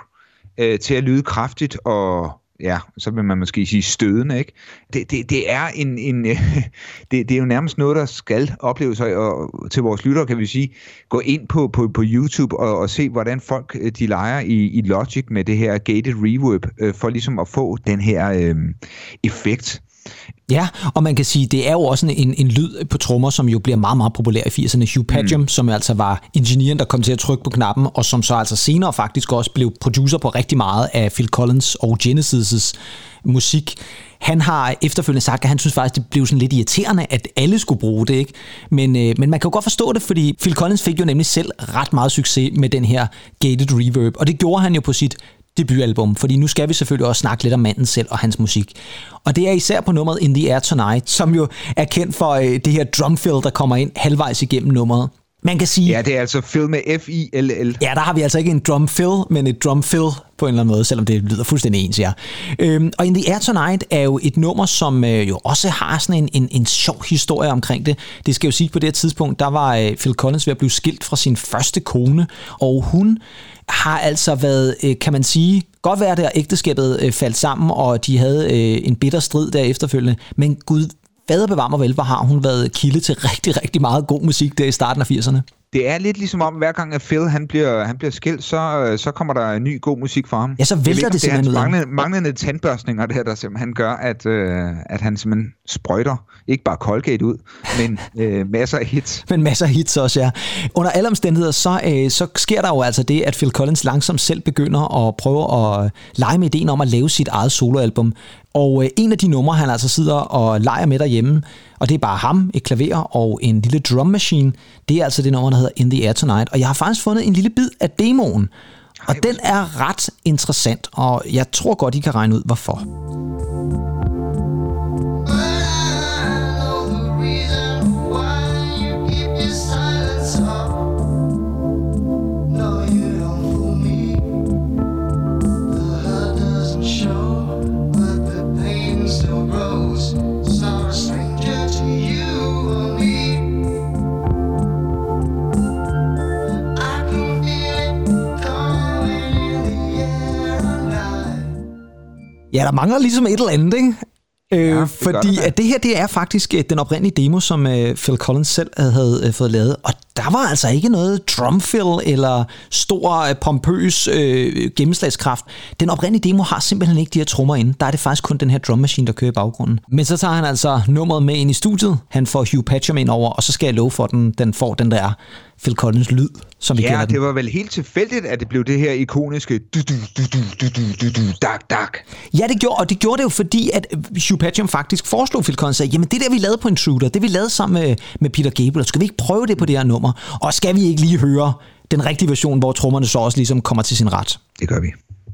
S2: øh, til at lyde kraftigt og, ja, så vil man måske sige stødende, ikke? Det, det, det er en, en øh, det, det er jo nærmest noget, der skal opleves, og til vores lyttere kan vi sige, gå ind på, på, på YouTube og, og se, hvordan folk de leger i, i Logic med det her gated reverb, øh, for ligesom at få den her øh, effekt.
S1: Ja, og man kan sige, det er jo også en, en lyd på trommer, som jo bliver meget, meget populær i firserne. Hugh Padgham, mm. som altså var ingeniøren, der kom til at trykke på knappen, og som så altså senere faktisk også blev producer på rigtig meget af Phil Collins og Genesis' musik. Han har efterfølgende sagt, at han synes faktisk, det blev sådan lidt irriterende, at alle skulle bruge det, ikke? Men, øh, men man kan jo godt forstå det, fordi Phil Collins fik jo nemlig selv ret meget succes med den her gated reverb, og det gjorde han jo på sit debutalbum, fordi nu skal vi selvfølgelig også snakke lidt om manden selv og hans musik. Og det er især på nummeret In the Air Tonight, som jo er kendt for øh, det her drumfill, der kommer ind halvvejs igennem nummeret. Man kan sige...
S2: Ja, det er altså fill med F I L L.
S1: Ja, der har vi altså ikke en drumfill, men et drumfill på en eller anden måde, selvom det lyder fuldstændig ens, ja. Øhm, og In the Air Tonight er jo et nummer, som øh, jo også har sådan en, en, en sjov historie omkring det. Det skal jo sige, på det her tidspunkt, der var øh, Phil Collins ved at blive skilt fra sin første kone, og hun har altså været, øh, kan man sige, godt være der ægteskabet øh, faldt sammen, og de havde øh, en bitter strid der efterfølgende, men gud, fader bevar mig vel, hvor har hun været kilde til rigtig, rigtig meget god musik der i starten af firserne.
S2: Det er lidt ligesom om, hver gang at Phil han bliver, han bliver skilt, så, så kommer der en ny god musik for ham.
S1: Ja, så vælter det simpelthen ud.
S2: Det er hans manglende, manglende tandbørstninger, der, der simpelthen gør, at, øh, at han simpelthen sprøjter, ikke bare Colgate ud, men øh, masser af hits.
S1: Men masser af hits også, ja. Under alle omstændigheder, så, øh, så sker der jo altså det, at Phil Collins langsomt selv begynder at prøve at lege med ideen om at lave sit eget soloalbum. Og øh, en af de numre, han altså sidder og leger med derhjemme, og det er bare ham, et klaver og en lille drum machine, det er altså det nummer, der hedder In the Air Tonight. Og jeg har faktisk fundet en lille bid af demoen, og den er ret interessant, og jeg tror godt, I kan regne ud, hvorfor.
S3: I can feel it coming in the air.
S1: Ja, der mangler ligesom et eller andet, ikke? Øh,
S2: Ja,
S1: fordi
S2: det
S1: at det her, det er faktisk øh, den oprindelige demo, som øh, Phil Collins selv havde øh, fået lavet. Og der var altså ikke noget drumfill eller stor, øh, pompøs øh, gennemslagskraft. Den oprindelige demo har simpelthen ikke de her trommer inde. Der er det faktisk kun den her drum machine, der kører i baggrunden. Men så tager han altså nummeret med ind i studiet. Han får Hugh Patcham ind over, og så skal jeg love for, at den, den får den der Phil Collins lyd, som vi
S2: Ja,
S1: kender den.
S2: det var vel helt tilfældigt, at det blev det her ikoniske du du du du du du du du dak dak.
S1: Ja, det gjorde, og det gjorde det jo, fordi at Hugh Patcham faktisk foreslog Phil Collins, at jamen det der, vi lavede på Intruder, det vi lavede sammen med, med Peter Gabriel, skal vi ikke prøve det på det her nummer? Og skal vi ikke lige høre den rigtige version, hvor trommerne så også ligesom kommer til sin ret?
S2: Det gør vi.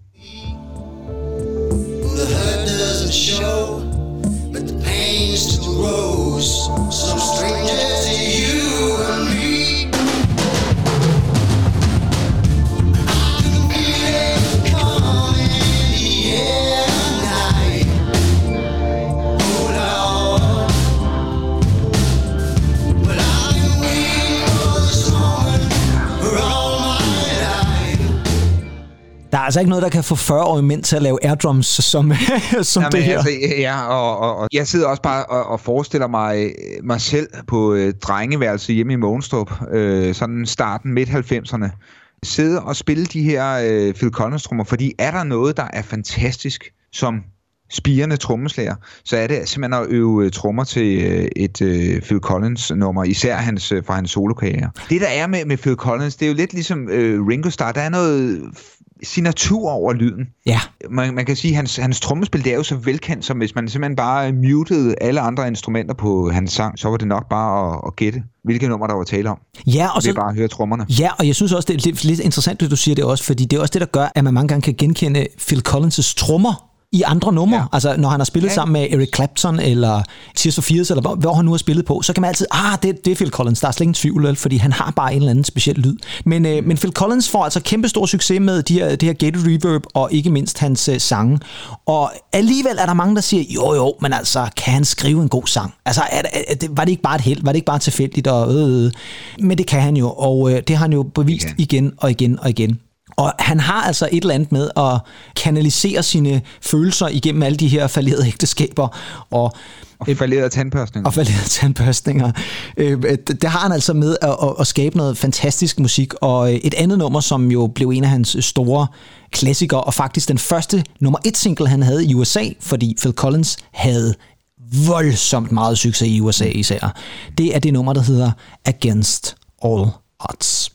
S3: The hurt doesn't show, but the pain still grows. Some stranger to you and me.
S1: Der er altså ikke noget, der kan få fyrre-årige mænd til at lave airdrums som, som
S2: Jamen,
S1: det her.
S2: Altså, ja, og, og, og jeg sidder også bare og, og forestiller mig mig selv på øh, drengeværelset hjemme i Mogenstrup, øh, sådan starten midt halvfemserne, sidde og spille de her øh, Phil Collins-trommer, fordi er der noget, der er fantastisk som spirende trommeslager, så er det simpelthen at øve trommer til øh, et øh, Phil Collins-nummer, især hans, øh, fra hans solokarriere. Det, der er med, med Phil Collins, det er jo lidt ligesom øh, Ringo Starr, der er noget signatur over lyden.
S1: Ja.
S2: Man, man kan sige, at hans, hans trommespil, det er jo så velkendt, som hvis man simpelthen bare mutede alle andre instrumenter på hans sang, så var det nok bare at, at gætte, hvilke nummer der var tale om.
S1: Ja, og
S2: så
S1: så
S2: bare at høre trommerne.
S1: Ja, og jeg synes også, det er lidt, lidt interessant, at du siger det også, fordi det er også det, der gør, at man mange gange kan genkende Phil Collins' trommer i andre numre. Ja. Altså, når han har spillet ja. sammen med Eric Clapton, eller Tears for Fears, eller hvor, hvor han nu har spillet på, så kan man altid, ah, det, det er Phil Collins, der er slet ingen tvivl, fordi han har bare en eller anden speciel lyd. Men, øh, men Phil Collins får altså kæmpe stor succes med de her, det her gated reverb, og ikke mindst hans øh, sange. Og alligevel er der mange, der siger, jo jo, men altså, kan han skrive en god sang? Altså, er, er, det, var det ikke bare et held? Var det ikke bare tilfældigt? Og, øh, men det kan han jo, og øh, det har han jo bevist ja. igen og igen og igen. Og han har altså et eller andet med at kanalisere sine følelser igennem alle de her fallerede ægteskaber. Og,
S2: og fallerede tandbørstninger.
S1: Og fallerede tandbørstninger. Det har han altså med at, at skabe noget fantastisk musik. Og et andet nummer, som jo blev en af hans store klassikere, og faktisk den første nummer et single, han havde i U S A, fordi Phil Collins havde voldsomt meget succes i U S A især. Det er det nummer, der hedder Against All Odds.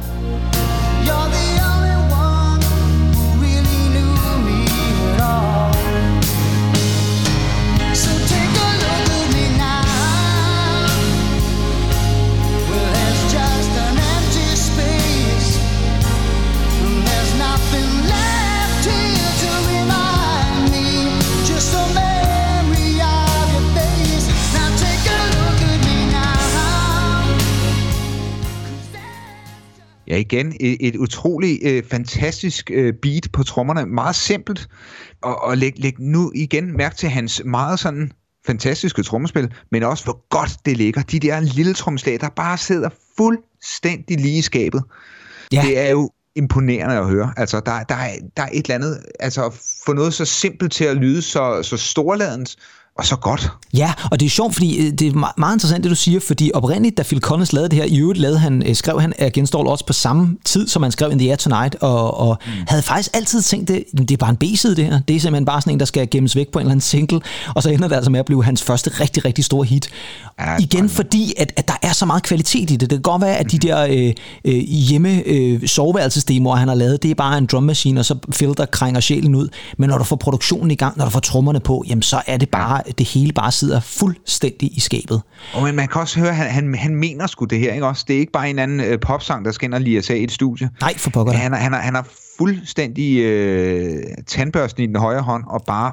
S2: Ja, igen, et, et utroligt øh, fantastisk øh, beat på trommerne. Meget simpelt. Og, og læg, læg nu igen mærke til hans meget sådan fantastiske trommespil, men også hvor godt det ligger. De der lille trommeslag, der bare sidder fuldstændig lige i skabet. Ja. Det er jo imponerende at høre. Altså, der, der, er, der er et eller andet, altså at få noget så simpelt til at lyde så, så storladent, og så godt.
S1: Ja, og det er sjovt, fordi det er meget interessant, det du siger, fordi oprindeligt, da Phil Collins lavede det her, i øvrigt lavede han, skrev han Against All Odds på samme tid, som han skrev In the Air Tonight, og, og mm. havde faktisk altid tænkt, det, det er bare en B-side det her. Det er simpelthen bare sådan en, der skal gemmes væk på en eller anden single, og så ender det altså med at blive hans første rigtig, rigtig store hit. Ja, igen, fordi at, at der er så meget kvalitet i det. Det kan godt være, at de der øh, øh, hjemme øh, soveværelsesdemoer, han har lavet, det er bare en drum machine, og så Phil, der krænger sjælen ud. Men når du får produktionen i gang, når du får trommerne på, jamen så er det bare, det hele bare sidder fuldstændig i skabet.
S2: Og men man kan også høre, at han, han, han mener sgu det her, ikke også? Det er ikke bare en anden øh, popsang, der skal ind og lige sig i et studie.
S1: Nej, for pokker.
S2: Han, han, han har fuldstændig øh, tandbørsten i den højre hånd, og bare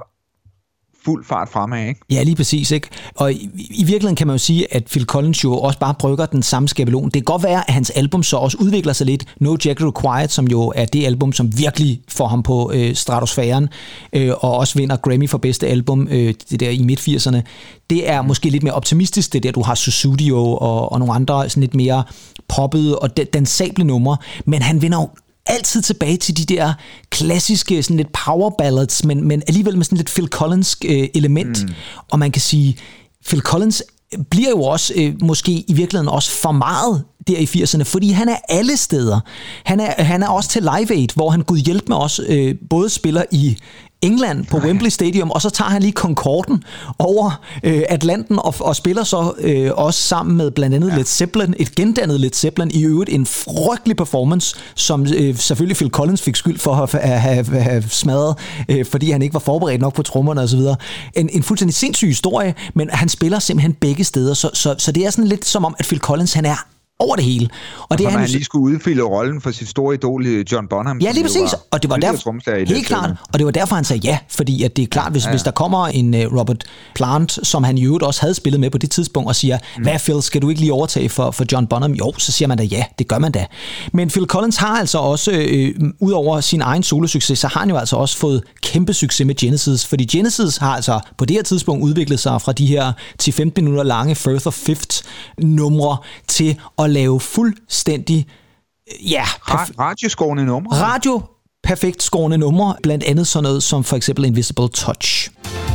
S2: fuld fart fremad, ikke?
S1: Ja, lige præcis, ikke? Og i, i virkeligheden kan man jo sige, at Phil Collins jo også bare brygger den samme skabelon. Det kan godt være, at hans album så også udvikler sig lidt. No Jacket Required, som jo er det album, som virkelig får ham på øh, stratosfæren, øh, og også vinder Grammy for bedste album, øh, det der i midt firserne. Det er måske lidt mere optimistisk, det der, du har Sussudio og, og nogle andre sådan lidt mere poppede og dansable numre, men han vinder jo altid tilbage til de der klassiske, sådan lidt power ballads, men, men alligevel med sådan lidt Phil Collins øh, element. Mm. Og man kan sige, Phil Collins bliver jo også øh, måske i virkeligheden også for meget der i firserne, fordi han er alle steder. Han er, han er også til Live Aid, hvor han gud hjælp med os øh, både spiller i England på Wembley Stadium, og så tager han lige Concorden over øh, Atlanten og, og spiller så øh, også sammen med blandt andet ja. Led Zeppelin, et gendannet Led Zeppelin, i øvrigt en frygtelig performance, som øh, selvfølgelig Phil Collins fik skyld for at have, have, have smadret, øh, fordi han ikke var forberedt nok på trommerne og så videre. En, en fuldstændig sindssyg historie, men han spiller simpelthen begge steder, så, så, så det er sådan lidt som om, at Phil Collins, han er over det hele. Og, og det
S2: er han,
S1: han
S2: lige skulle udfylde rollen for sit store idol John Bonham.
S1: Ja, lige præcis. Var, og det var derfor helt klart, og det var derfor han sagde ja, fordi at det er klart, hvis, ja, ja. hvis der kommer en uh, Robert Plant, som han i øvrigt også havde spillet med på det tidspunkt, og siger, mm. hvad Phil, skal du ikke lige overtage for, for John Bonham? Jo, så siger man da ja, det gør man da. Men Phil Collins har altså også, øh, ud over sin egen solosucces, så har han jo altså også fået kæmpe succes med Genesis, fordi Genesis har altså på det her tidspunkt udviklet sig fra de her ti til femten minutter lange Firth of Fifth numre til at lave fuld stændig, ja,
S2: perf- radioskårende numre.
S1: Radio perfekt skårende numre, blandt andet sådan noget som for eksempel Invisible Touch.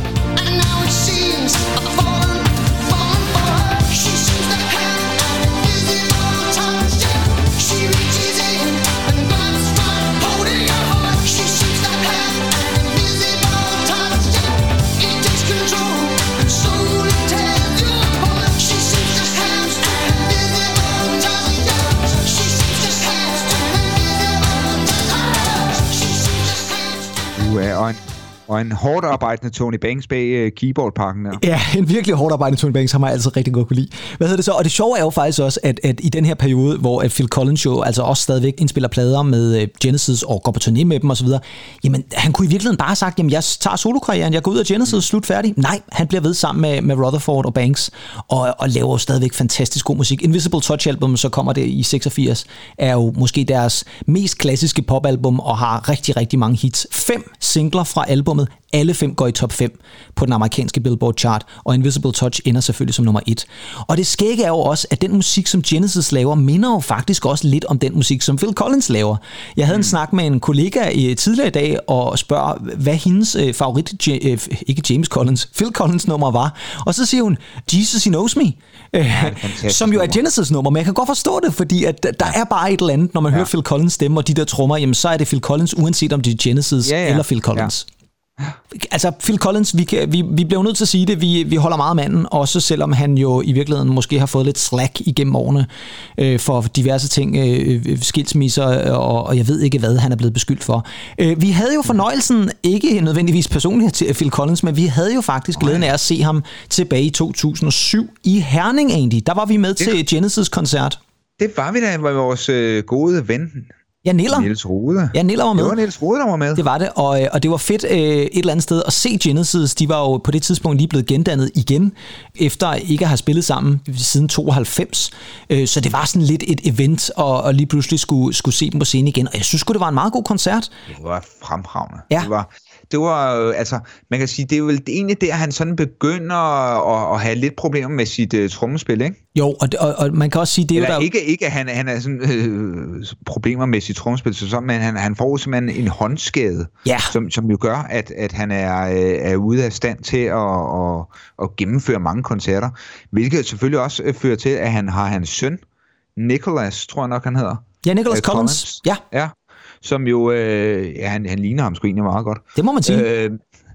S2: Og en, og en hårdt arbejdende Tony Banks bag uh, keyboardpakken der.
S1: Ja, en virkelig hårdt arbejdende Tony Banks har mig altid rigtig godt kunne lide. Hvad hedder det så? Og det sjove er jo faktisk også, at, at i den her periode, hvor at Phil Collins jo altså også stadigvæk indspiller plader med uh, Genesis og går på turné med dem osv., jamen han kunne i virkeligheden bare have sagt, jamen jeg tager solokarrieren, jeg går ud af Genesis, mm. slut færdig. Nej, han bliver ved sammen med, med Rutherford og Banks og, og laver jo stadigvæk fantastisk god musik. Invisible Touch-album, så kommer det i seksogfirs, er jo måske deres mest klassiske popalbum og har rigtig, rigtig mange hits. Fem singler fra albummet, alle fem går i top fem på den amerikanske Billboard chart, og Invisible Touch ender selvfølgelig som nummer et. Og det skægge er jo også, at den musik, som Genesis laver, minder jo faktisk også lidt om den musik, som Phil Collins laver. Jeg havde mm. en snak med en kollega i, tidligere i dag, og spørger, hvad hendes øh, favorit, øh, ikke James Collins, Phil Collins nummer var. Og så siger hun, Jesus He Knows Me, øh, som jo er Genesis nummer, men jeg kan godt forstå det, fordi at der er bare et eller andet, når man ja. hører Phil Collins stemme, og de der trommer, jamen så er det Phil Collins, uanset om det er Genesis ja, ja. eller Phil Collins. Ja. Altså Phil Collins, vi, kan, vi, vi bliver nødt til at sige det, vi, vi holder meget manden, også selvom han jo i virkeligheden måske har fået lidt slack igennem årene øh, for diverse ting, øh, skilsmisser og, og jeg ved ikke hvad han er blevet beskyldt for. Øh, vi havde jo fornøjelsen, ikke nødvendigvis personligt til Phil Collins, men vi havde jo faktisk glæden af at se ham tilbage i to tusind og syv i Herning egentlig. Der var vi med til Genesis-koncert.
S2: Det var vi da, med vores øh, gode ven.
S1: Ja, Niller.
S2: Niels Rode.
S1: Ja, Niller var med.
S2: Det var Niels Rode, der var med.
S1: Det var det, og, og det var fedt øh, et eller andet sted at se Genesis. De var jo på det tidspunkt lige blevet gendannet igen, efter ikke at have spillet sammen siden tooghalvfems. Øh, så det var sådan lidt et event, og, og lige pludselig skulle, skulle se dem på scenen igen. Og jeg synes det var en meget god koncert.
S2: Det var fremragende.
S1: Ja.
S2: Det var... Det var, altså, man kan sige, det er vel egentlig der, han sådan begynder at, at have lidt problemer med sit uh, trommespil, ikke?
S1: Jo, og, og, og man kan også sige, det er
S2: Eller
S1: jo der...
S2: ikke, ikke at han, han har sådan øh, problemer med sit trommespil, så sådan, men han, han får simpelthen en håndskade,
S1: ja.
S2: som, som jo gør, at, at han er, er ude af stand til at, at, at gennemføre mange koncerter, hvilket selvfølgelig også fører til, at han har hans søn, Nicholas, tror jeg nok, han hedder.
S1: Ja, Nicholas uh, Collins. Collins. Ja.
S2: Ja. Som jo, øh, ja, han, han ligner ham sgu egentlig meget godt.
S1: Det må man sige. Øh,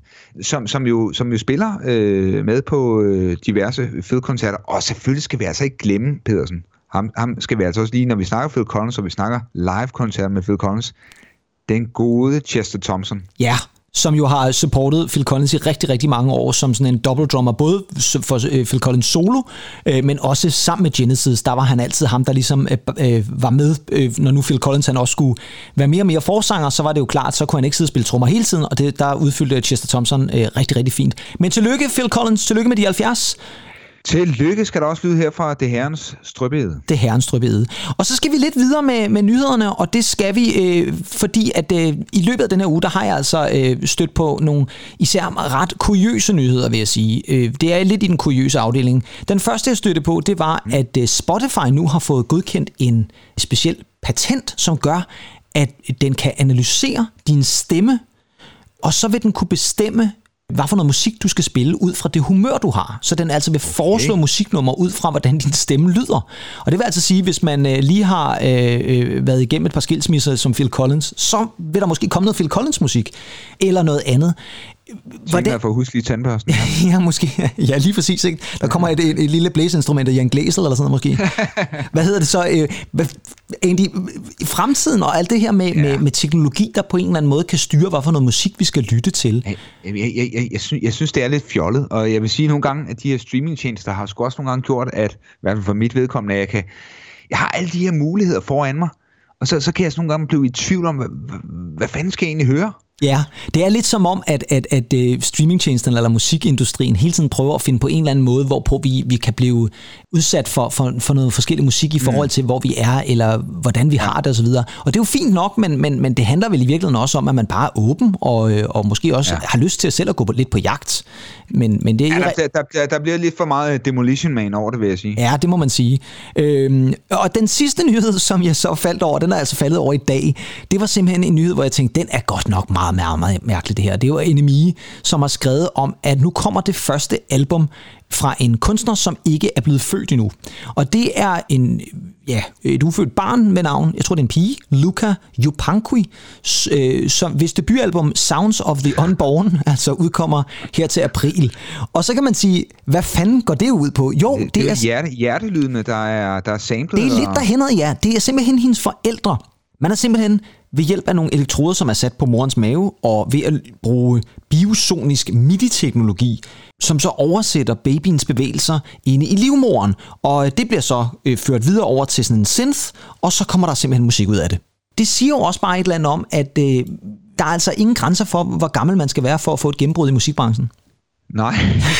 S2: som, som, jo, som jo spiller øh, med på øh, diverse Phil-koncerter. Og selvfølgelig skal vi altså ikke glemme, Pedersen. Ham, ham skal vi altså også lige, når vi snakker Phil Collins, og vi snakker live-koncerter med Phil Collins, den gode Chester Thompson.
S1: Ja, som jo har supportet Phil Collins i rigtig, rigtig mange år som sådan en dobbeltdrummer, både for Phil Collins solo, men også sammen med Genesis. Der var han altid ham, der ligesom øh, var med, øh, når nu Phil Collins han også skulle være mere og mere forsanger, så var det jo klart, så kunne han ikke sidde og spille trommer hele tiden, og det, der udfyldte Chester Thompson øh, rigtig, rigtig fint. Men tillykke, Phil Collins, tillykke med de halvfjerds.
S2: Tillykke skal der også lyde her fra Det Herrens Strøbede.
S1: Det Herrens Strøbede. Og så skal vi lidt videre med, med nyhederne, og det skal vi, øh, fordi at øh, i løbet af den her uge, der har jeg altså øh, stødt på nogle især ret kuriøse nyheder, vil jeg sige. Øh, det er lidt i den kuriøse afdeling. Den første, jeg stødte på, det var, mm. at øh, Spotify nu har fået godkendt en speciel patent, som gør, at den kan analysere din stemme, og så vil den kunne bestemme, hvad for noget musik du skal spille ud fra det humør, du har. Så den altså vil foreslå okay. musiknummer ud fra, hvordan din stemme lyder. Og det vil altså sige, hvis man øh, lige har øh, været igennem et par skilsmisser som Phil Collins, så vil der måske komme noget Phil Collins musik, eller noget andet.
S2: Tænker jeg for huslige tandbørsten.
S1: Ja. ja, måske. Ja, lige præcis. Ikke? Der kommer et, et, et lille blæseinstrument af Jan Glæsel eller sådan noget måske. Hvad hedder det så? Øh, hvad, egentlig, i fremtiden og alt det her med, ja. med, med teknologi, der på en eller anden måde kan styre, hvad for noget musik vi skal lytte til.
S2: Jeg, jeg, jeg, jeg, jeg, synes, jeg synes, det er lidt fjollet, og jeg vil sige nogle gange, at de her streamingtjenester har sgu også nogle gange gjort, at i hvert fald for mit vedkommende, at jeg kan, jeg har alle de her muligheder foran mig, og så, så kan jeg sådan nogle gange blive i tvivl om, hvad, hvad fanden skal jeg egentlig høre?
S1: Ja, det er lidt som om, at, at, at uh, streamingtjenesterne eller musikindustrien hele tiden prøver at finde på en eller anden måde, hvorpå vi, vi kan blive udsat for, for, for noget forskellig musik i forhold til, hvor vi er, eller hvordan vi har det osv. Og det er jo fint nok, men, men, men det handler vel i virkeligheden også om, at man bare er åben, og, og måske også ja. har lyst til at selv at gå lidt på jagt. Men, men det er
S2: ja, der, der, der, der bliver lidt for meget Demolition Man over det, vil jeg sige.
S1: Ja, det må man sige. Øhm, og den sidste nyhed, som jeg så faldt over, den er altså faldet over i dag, det var simpelthen en nyhed, hvor jeg tænkte, den er godt nok meget meget, meget mærkeligt det her. Det var N M E, som har skrevet om, at nu kommer det første album fra en kunstner, som ikke er blevet født endnu. Og det er en, ja, et ufødt barn med navn, jeg tror det er en pige, Luca Yupankui, som hvis debutalbum Sounds of the Unborn altså udkommer her til april. Og så kan man sige, hvad fanden går det ud på? Jo,
S2: det, det, det er hjerte, hjertelydene, der er, der er samlet.
S1: Det er lidt derhen ad, ja. Det er simpelthen hendes forældre. Man er simpelthen ved hjælp af nogle elektroder, som er sat på morens mave, og ved at bruge biosonisk MIDI-teknologi, som så oversætter babyens bevægelser inde i livmoderen. Og det bliver så øh, ført videre over til sådan en synth, og så kommer der simpelthen musik ud af det. Det siger jo også bare et eller andet om, at øh, der er altså ingen grænser for, hvor gammel man skal være for at få et gennembrud i musikbranchen.
S2: Nej,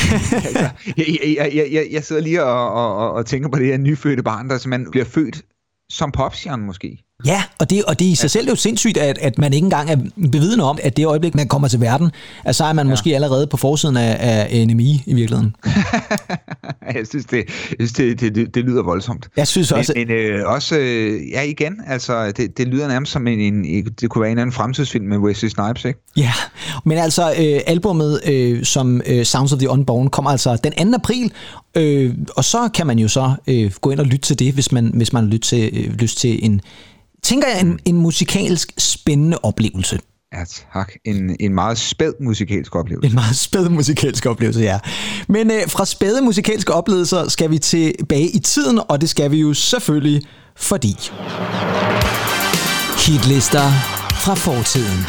S2: jeg, jeg, jeg, jeg, jeg sidder lige og, og, og tænker på det her nyfødte barn, der simpelthen bliver født som popstjerne måske.
S1: Ja, og det, og det i sig selv er jo sindssygt, at, at man ikke engang er bevidende om, at det øjeblik, man kommer til verden, at så er man ja. måske allerede på forsiden af, af N M E i virkeligheden.
S2: jeg synes, det, jeg synes det, det, det, det lyder voldsomt.
S1: Jeg synes også...
S2: Men, men øh, også, øh, ja igen, altså, det, det lyder nærmest som en, en, det kunne være en anden fremtidsfilm med Wesley Snipes, ikke?
S1: Ja, men altså, øh, albumet, øh, som øh, Sounds of the Unborn, kommer altså den anden april, øh, og så kan man jo så øh, gå ind og lytte til det, hvis man, hvis man har lyst til, øh, lyst til en... Tænker jeg, en, en musikalsk spændende oplevelse.
S2: Ja, tak. En, en meget spæd musikalsk oplevelse.
S1: En meget spæd musikalsk oplevelse, ja. Men øh, fra spæde musikalske oplevelser skal vi tilbage i tiden, og det skal vi jo selvfølgelig, fordi... Hitlister fra fortiden.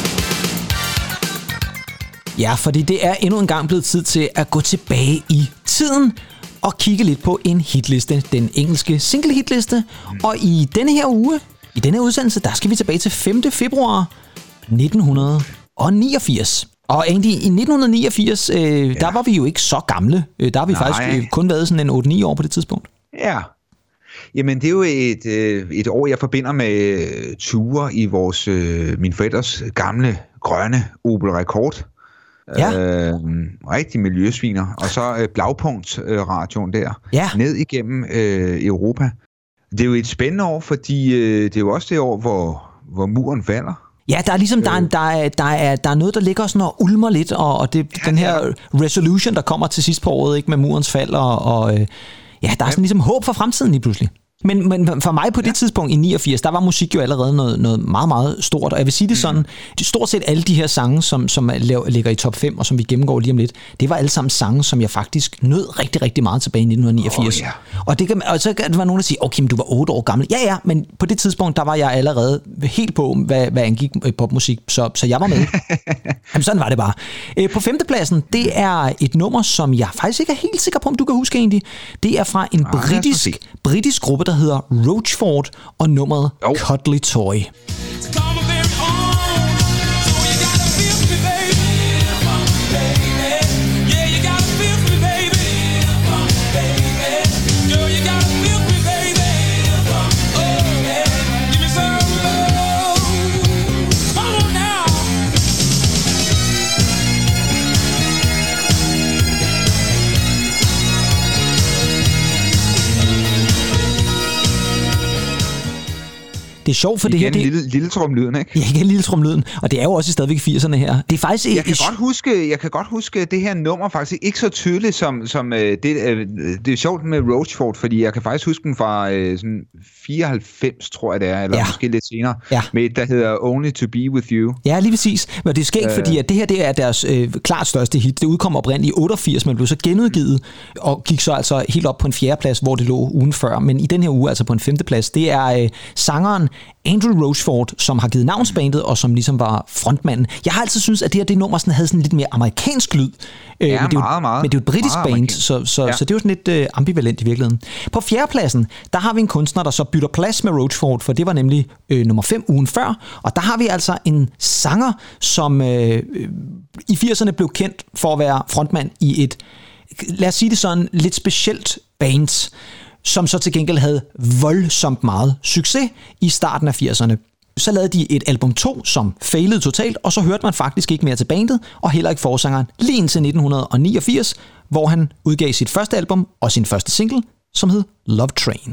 S1: Ja, fordi det er endnu en gang blevet tid til at gå tilbage i tiden og kigge lidt på en hitliste, den engelske single hitliste. Mm. Og i denne her uge, i denne her udsendelse, der skal vi tilbage til femte februar nitten niogfirs. Og egentlig i nitten niogfirs, øh, ja. der var vi jo ikke så gamle. Der har vi Nej. faktisk øh, kun været sådan en otte ni år på det tidspunkt.
S2: Ja. Jamen, det er jo et, øh, et år, jeg forbinder med øh, ture i vores, øh, min forældres gamle, grønne Opel Rekord. Ja. Øh, rigtig miljøsviner. Og så øh, Blaupunkt-radioen øh, der.
S1: Ja.
S2: Ned igennem øh, Europa. Det er jo et spændende år, fordi øh, det er jo også det år, hvor, hvor muren falder.
S1: Ja, der er ligesom der er, der er, der er, der er noget, der ligger sådan og ulmer lidt, og, og det, ja, den her resolution, der kommer til sidst på året, ikke, med murens fald, og, og ja, der er sådan ligesom håb for fremtiden lige pludselig. Men, men for mig på det ja. tidspunkt i niogfirs, der var musik jo allerede noget, noget meget, meget stort. Og jeg vil sige det sådan, mm. stort set alle de her sange, som, som ligger i top fem, og som vi gennemgår lige om lidt, det var alle sammen sange, som jeg faktisk nød rigtig, rigtig meget tilbage i nitten niogfirs. Oh, yeah. Og, det kan, og så kan der være nogen, der siger, okay, men du var otte år gammel. Ja, ja, men på det tidspunkt, der var jeg allerede helt på, hvad, hvad angik popmusik, så, så jeg var med. Jamen, sådan var det bare. På femtepladsen, det er et nummer, som jeg faktisk ikke er helt sikker på, om du kan huske egentlig. Det er fra en ah, britisk, britisk gruppe, der hedder Roachford, og nummeret oh. Cuddly Toy. Det Det er sjovt, for
S2: igen,
S1: det her...
S2: det lille, lille trumlyden, ikke?
S1: Ja, igen lille trumlyden. Og det er jo også stadigvæk firserne her. Det er faktisk...
S2: Jeg kan, godt huske, jeg kan godt huske det her nummer faktisk ikke så tydeligt som, som det, det er sjovt med Roachford, fordi jeg kan faktisk huske den fra sådan fireoghalvfems, tror jeg det er, eller ja. måske lidt senere, ja. med et, der hedder Only to Be With You.
S1: Ja, lige præcis. Men det er skægt, øh... fordi at det her det er deres øh, klart største hit. Det udkom oprindeligt i otteogfirs, men blev så genudgivet og gik så altså helt op på en fjerdeplads, hvor det lå ugen før. Men i den her uge altså på en femteplads. Det er øh, sangeren Andrew Roachford, som har givet navn til bandet, og som ligesom var frontmanden. Jeg har altid syntes, at det her det nummer sådan, havde sådan lidt mere amerikansk lyd.
S2: Ja,
S1: øh, men det er
S2: meget,
S1: jo,
S2: meget.
S1: Men det er jo et britisk band, så, så, ja. så det er jo sådan lidt øh, ambivalent i virkeligheden. På fjerdepladsen, der har vi en kunstner, der så bytter plads med Roachford, for det var nemlig øh, nummer fem ugen før. Og der har vi altså en sanger, som øh, i firserne blev kendt for at være frontmand i et, lad os sige det sådan, lidt specielt band, som så til gengæld havde voldsomt meget succes i starten af firserne. Så lavede de et album to, som failede totalt, og så hørte man faktisk ikke mere til bandet, og heller ikke forsangeren, lige indtil nitten niogfirs, hvor han udgav sit første album og sin første single, som hed Love Train.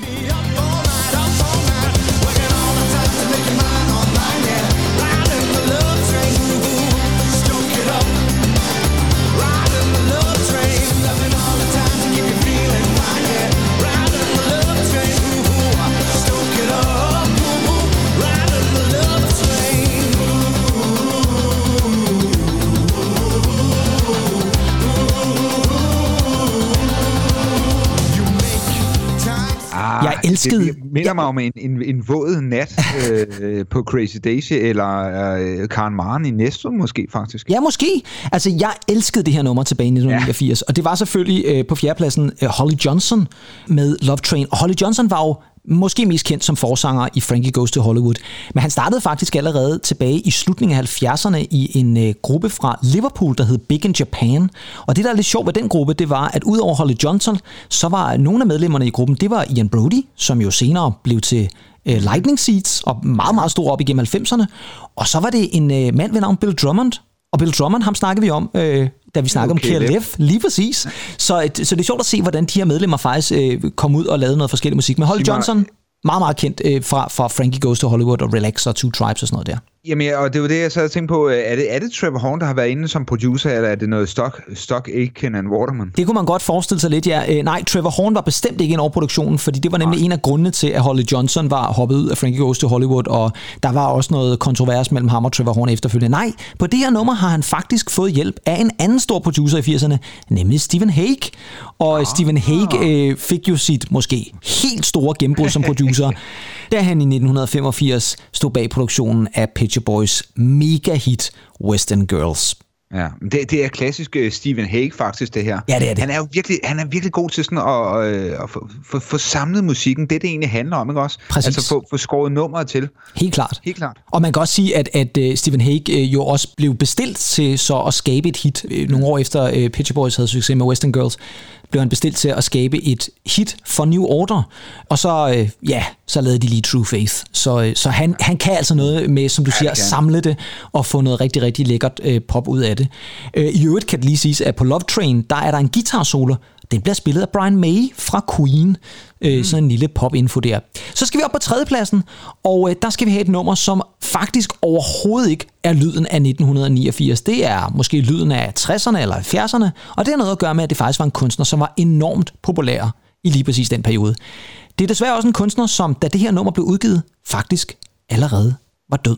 S1: Jeg elskede...
S2: Det minder mig om en, en, en våd nat øh, på Crazy Daisy, eller øh, Karen Maren i Næstved måske, faktisk.
S1: Ja, måske. Altså, jeg elskede det her nummer tilbage i nitten niogfirs, ja. Og det var selvfølgelig øh, på fjerdepladsen øh, Holly Johnson med Love Train. Og Holly Johnson var jo måske mest kendt som forsanger i Frankie Goes to Hollywood. Men han startede faktisk allerede tilbage i slutningen af halvfjerdserne i en øh, gruppe fra Liverpool, der hed Big in Japan. Og det, der er lidt sjovt ved den gruppe, det var, at udover Holly Johnson, så var nogle af medlemmerne i gruppen, det var Ian Brody, som jo senere blev til øh, Lightning Seeds, og meget, meget stor op igennem halvfemserne. Og så var det en øh, mand ved navn Bill Drummond. Og Bill Drummond, ham snakkede vi om... Øh, da vi snakkede okay, om K L F, lige præcis. Så, så det er sjovt at se, hvordan de her medlemmer faktisk øh, kom ud og lavede noget forskellig musik. Men Holly Johnson, meget, meget kendt øh, fra, fra Frankie Goes to Hollywood og Relax og Two Tribes og sådan noget der.
S2: Jamen, og det var det, jeg så havde tænkt på. Er det, er det Trevor Horn, der har været inde som producer, eller er det noget Stock, Stock Aitken and Waterman?
S1: Det kunne man godt forestille sig lidt, ja. Øh, nej, Trevor Horn var bestemt ikke ind over produktionen, fordi det var nemlig nej. en af grundene til, at Holly Johnson var hoppet ud af Frankie Goes to Hollywood, og der var også noget kontrovers mellem ham og Trevor Horn efterfølgende. Nej, på det her nummer har han faktisk fået hjælp af en anden stor producer i firserne, nemlig Stephen Hague. Og ah. Stephen Hague øh, fik jo sit måske helt store gennembrud som producer, da han i nitten femogfirs stod bag produktionen af Pet Shop Boys mega hit Western Girls.
S2: Ja, det, det er klassisk uh, Stephen Hague faktisk, det her.
S1: Ja, det er det.
S2: Han er jo virkelig, han er virkelig god til sådan at, at, at få, få, få samlet musikken. Det, det egentlig handler om, ikke også?
S1: Præcis.
S2: Altså få, få skåret nummeret til.
S1: Helt klart.
S2: Helt klart.
S1: Og man kan også sige, at, at uh, Stephen Hague uh, jo også blev bestilt til så at skabe et hit. Uh, nogle år efter uh, Pet Shop Boys havde succes med Western Girls, blev han bestilt til at skabe et hit for New Order. Og så, øh, ja, så lavede de lige True Faith. Så, øh, så han, han kan altså noget med, som du ja, siger, at samle det og få noget rigtig, rigtig lækkert øh, pop ud af det. Øh, I øvrigt kan det lige siges, at på Love Train, der er der en guitar-solo. Den bliver spillet af Brian May fra Queen. Øh, mm. Sådan en lille pop-info der. Så skal vi op på tredjepladsen, og øh, der skal vi have et nummer, som faktisk overhovedet ikke er lyden af nitten niogfirs. Det er måske lyden af tresserne eller halvfjerdserne, og det har noget at gøre med, at det faktisk var en kunstner, som var enormt populær i lige præcis den periode. Det er desværre også en kunstner, som da det her nummer blev udgivet, faktisk allerede var død.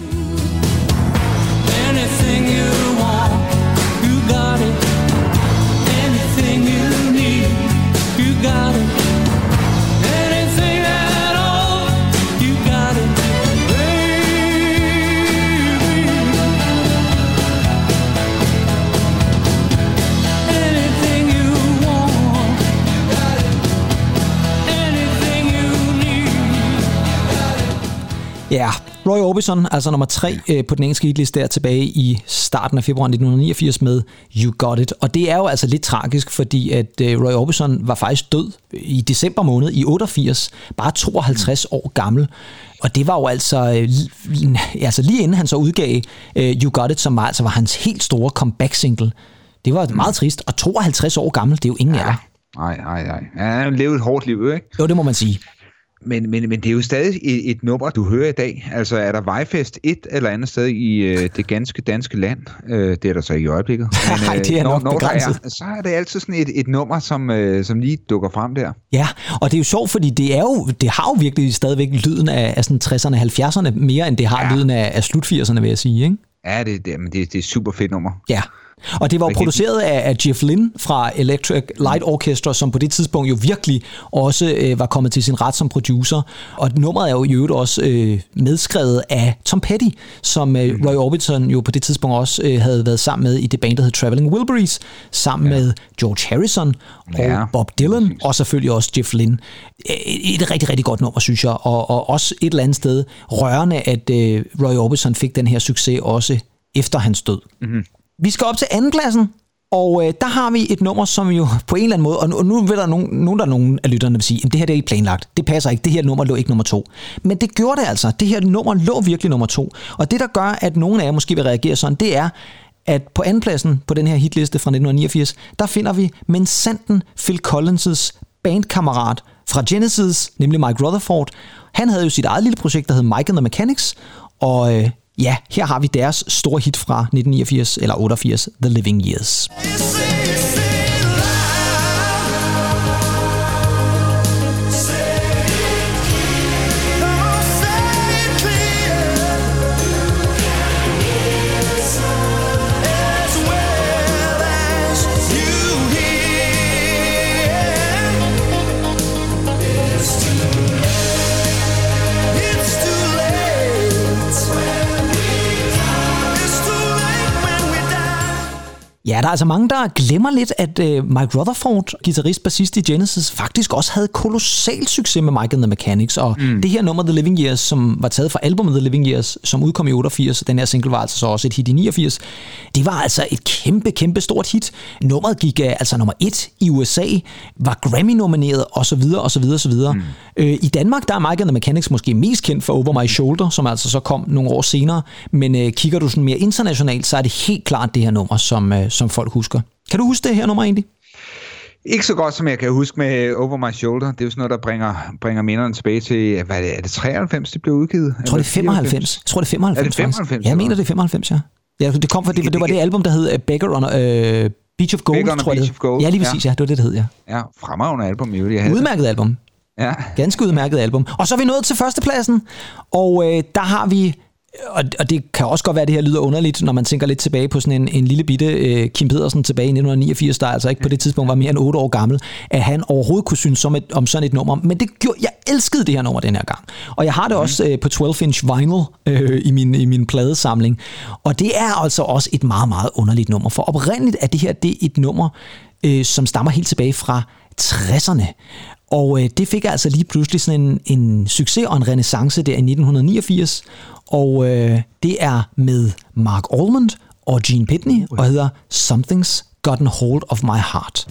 S1: Anything you want, you got it. Anything you need, you got it. Ja, Roy Orbison, altså nummer tre øh, på den engelske hitliste der tilbage i starten af februar nitten niogfirs med You Got It. Og det er jo altså lidt tragisk, fordi at øh, Roy Orbison var faktisk død i december måned i otteogfirs, bare tooghalvtreds år gammel. Og det var jo altså, øh, altså lige inden han så udgav øh, You Got It, som var, altså var hans helt store comeback-single. Det var meget trist, og tooghalvtreds år gammel, det er jo ingen alder.
S2: Nej, nej, nej. Han har levet et hårdt liv, ikke?
S1: Jo, det må man sige.
S2: Men, men, men det er jo stadig et, et nummer, du hører i dag. Altså, er der vejfest et eller andet sted i øh, det ganske danske land? Øh, det er der så ikke i øjeblikket. Men,
S1: Nej, det er
S2: når,
S1: nok
S2: når
S1: begrænset.
S2: Er, så er det altid sådan et, et nummer, som, øh, som lige dukker frem der.
S1: Ja, og det er jo sjovt, fordi det, er jo, det har jo virkelig stadigvæk lyden af, af sådan tresserne og halvfjerdserne, mere end det har ja. lyden af, af slut firserne, vil jeg sige, ikke?
S2: Ja, det, det, men det, det er et super fedt nummer.
S1: Ja. Og det var jo produceret af, af Jeff Lynne fra Electric Light Orchestra, som på det tidspunkt jo virkelig også øh, var kommet til sin ret som producer. Og nummeret er jo i øvrigt også øh, medskrevet af Tom Petty, som øh, Roy Orbison jo på det tidspunkt også øh, havde været sammen med i det band, der hed Traveling Wilburys, sammen ja. med George Harrison og ja, Bob Dylan, præcis. Og selvfølgelig også Jeff Lynne. Et, et rigtig, rigtig godt nummer, synes jeg, og, og også et eller andet sted rørende, at øh, Roy Orbison fik den her succes også efter hans død. Mm-hmm. Vi skal op til andenpladsen, og øh, der har vi et nummer, som jo på en eller anden måde, og nu, og nu vil der nogen, nogen, der er nogen af lytterne vil sige, at det her det er ikke planlagt, det passer ikke, det her nummer lå ikke nummer to. Men det gjorde det altså, det her nummer lå virkelig nummer to. Og det, der gør, at nogen af jer måske vil reagere sådan, det er, at på andenpladsen på den her hitliste fra nitten niogfirs, der finder vi minsandten Phil Collins' bandkammerat fra Genesis, nemlig Mike Rutherford. Han havde jo sit eget lille projekt, der hed Mike and the Mechanics, og øh, ja, her har vi deres store hit fra nitten niogfirs eller otteogfirs, The Living Years. Ja, der er altså mange, der glemmer lidt, at uh, Mike Rutherford, guitarist, bassist i Genesis, faktisk også havde kolossal succes med Mike and the Mechanics. Og mm. det her nummer, The Living Years, som var taget fra albumet The Living Years, som udkom i otteogfirs, den her single var altså så også et hit i niogfirs, det var altså et kæmpe, kæmpe stort hit. Nummeret gik uh, altså nummer et i U S A, var Grammy-nomineret osv. osv. osv. Mm. Uh, I Danmark, der er Mike and the Mechanics måske mest kendt for Over My Shoulder, som altså så kom nogle år senere. Men uh, kigger du sådan mere internationalt, så er det helt klart det her nummer, som... Uh, som folk husker. Kan du huske det her nummer egentlig?
S2: Ikke så godt, som jeg kan huske med Over My Shoulder. Det er jo sådan noget, der bringer, bringer minderne tilbage til, hvad er det, er det treoghalvfems, det blev udgivet?
S1: Jeg tror, det er femoghalvfems. Jeg tror, det er femoghalvfems.
S2: Er det femoghalvfems?
S1: Ja, jeg mener, det er femoghalvfems, ja. ja det kom fra det, det var det album, der hed Beggar on a uh, Beach of Gold,
S2: Beggar on
S1: tror jeg
S2: Beach of Gold.
S1: Ja, lige præcis, ja. ja. Det var det, det hed, ja.
S2: Ja, fremragende album, jo. Jeg
S1: udmærket album.
S2: Ja.
S1: Ganske udmærket album. Og så er vi nået til førstepladsen, og øh, der har vi... Og det kan også godt være, at det her lyder underligt, når man tænker lidt tilbage på sådan en, en lille bitte uh, Kim Pedersen tilbage i nitten niogfirs, der altså ikke på det tidspunkt var mere end otte år gammel, at han overhovedet kunne synes om, et, om sådan et nummer. Men det gjorde, jeg elskede det her nummer den her gang. Og jeg har det også uh, på tolv inch vinyl uh, i, min, i min pladesamling. Og det er altså også et meget, meget underligt nummer. For oprindeligt er det her det er et nummer, uh, som stammer helt tilbage fra tresserne. Og øh, det fik altså lige pludselig sådan en, en succes og en renaissance der i nitten niogfirs. Og øh, det er med Mark Almond og Gene Pitney og hedder Something's Gotten Hold of My Heart.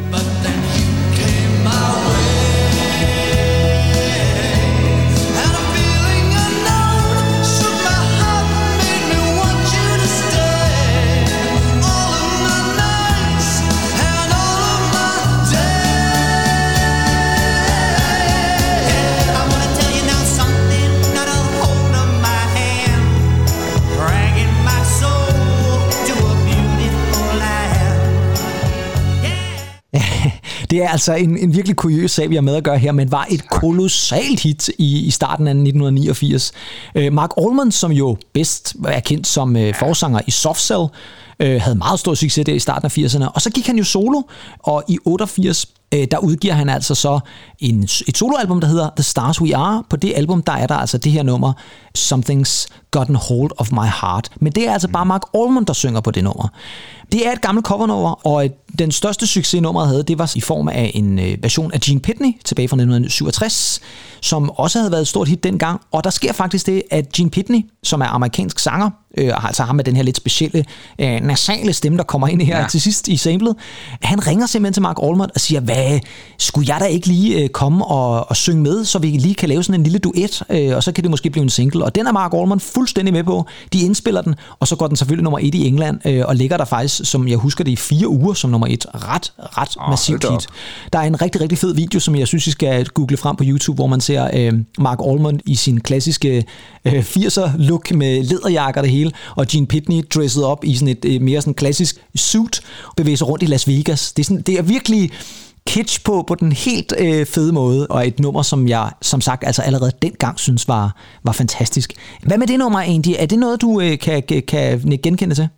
S1: Det er altså en, en virkelig kuriøs sag, vi har med at gøre her, men var et kolossalt hit i, i starten af nitten niogfirs. Uh, Mark Almond, som jo bedst er kendt som uh, forsanger i Soft Cell, uh, havde meget stor succes der i starten af firserne, og så gik han jo solo, og i otteogfirs uh, der udgiver han altså så en, et soloalbum, der hedder The Stars We Are. På det album, der er der altså det her nummer, Something's Gotten Hold of My Heart. Men det er altså bare Mark Almond, der synger på det nummer. Det er et gammelt covernummer, og den største succes, nummeret havde, det var i form af en version af Gene Pitney tilbage fra nitten syvogtres, som også havde været et stort hit dengang. Og der sker faktisk det, at Gene Pitney, som er amerikansk sanger, øh, altså ham med den her lidt specielle øh, nasale stemme, der kommer ind her ja. til sidst i samlet, han ringer simpelthen til Mark Almond og siger, hvad, skulle jeg da ikke lige øh, komme og, og synge med, så vi lige kan lave sådan en lille duet, øh, og så kan det måske blive en single. Og den er Mark Almond fuldstændig med på. De indspiller den, og så går den selvfølgelig nummer et i England, øh, og ligger der faktisk, som jeg husker det, i fire uger som nummer et. Ret, ret oh, massivt hit. Der er en rigtig, rigtig fed video, som jeg synes, I skal google frem på YouTube, hvor man ser ser øh, Mark Almond i sin klassiske øh, firser-look med læderjakker og det hele, og Gene Pitney dresset op i sådan et øh, mere sådan klassisk suit, bevæger sig rundt i Las Vegas. Det er, sådan, det er virkelig kitsch på, på den helt øh, fede måde, og et nummer, som jeg som sagt altså allerede dengang synes var, var fantastisk. Hvad med det nummer egentlig? Er det noget, du øh, kan, kan genkende til?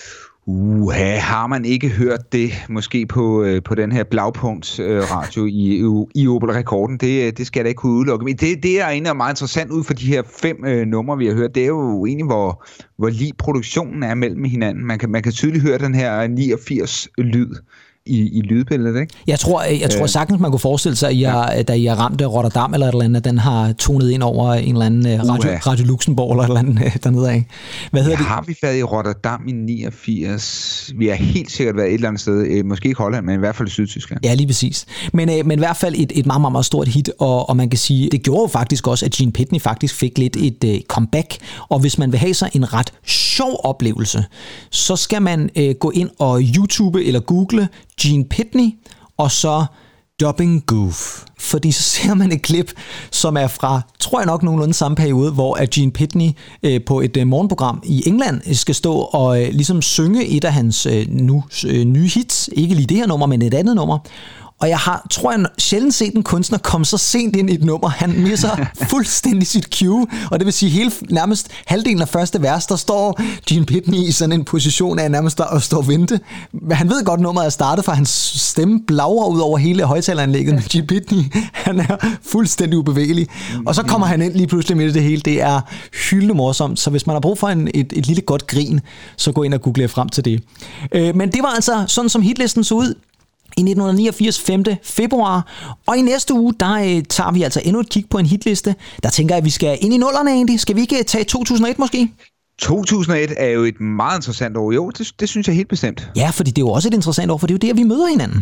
S2: Uha, har man ikke hørt det, måske på, øh, på den her Blaupunkt øh, radio i, i Opel Rekorden, det, det skal jeg da ikke kunne udelukke. Men det, det er egentlig meget interessant ud for de her fem øh, numre, vi har hørt. Det er jo egentlig, hvor, hvor lige produktionen er mellem hinanden. Man kan, man kan tydeligt høre den her niogfirs-lyd i, i lydbilledet, ikke?
S1: Jeg tror, jeg tror sagtens, man kunne forestille sig, at I har, ja. da I har ramt Rotterdam eller et eller andet, den har tonet ind over en eller anden Radio, Radio Luxembourg eller et eller andet dernede af. Hvad hedder
S2: ja,
S1: det?
S2: Har vi været i Rotterdam i niogfirs? Vi har helt sikkert været et eller andet sted, måske ikke Holland, men i hvert fald i Sydtyskland.
S1: Ja, lige præcis. Men, men i hvert fald et, et meget, meget, meget stort hit, og, og man kan sige, det gjorde jo faktisk også, at Gene Pitney faktisk fik lidt et uh, comeback, og hvis man vil have sig en ret sjov oplevelse, så skal man uh, gå ind og YouTube eller google Gene Pitney, og så Dubbing Goof. Fordi så ser man et klip, som er fra, tror jeg nok, nogenlunde samme periode, hvor at Gene Pitney øh, på et øh, morgenprogram i England skal stå og øh, ligesom synge et af hans øh, nu øh, nye hits. Ikke lige det her nummer, men et andet nummer. Og jeg har, tror jeg, sjældent set en kunstner komme så sent ind i et nummer. Han misser fuldstændig sit cue, og det vil sige, hele, nærmest halvdelen af første vers, der står Gene Pitney i sådan en position af nærmest at stå og vente. Men han ved godt, nummeret er startet, for hans stemme blagrer ud over hele højtaleranlægget. Men Gene Pitney, han er fuldstændig ubevægelig. Og så kommer han ind lige pludselig med det hele. Det er hyldende morsomt, så hvis man har brug for en, et, et lille godt grin, så gå ind og google frem til det. Øh, men det var altså sådan, som hitlisten så ud i nitten niogfirs, femte februar. Og i næste uge, der øh, tager vi altså endnu et kig på en hitliste. Der tænker jeg, at vi skal ind i nullerne egentlig. Skal vi ikke tage to tusind og et måske?
S2: to tusind og et er jo et meget interessant år. Jo, det, det synes jeg helt bestemt.
S1: Ja, fordi det er jo også et interessant år, for det er jo der, vi møder hinanden.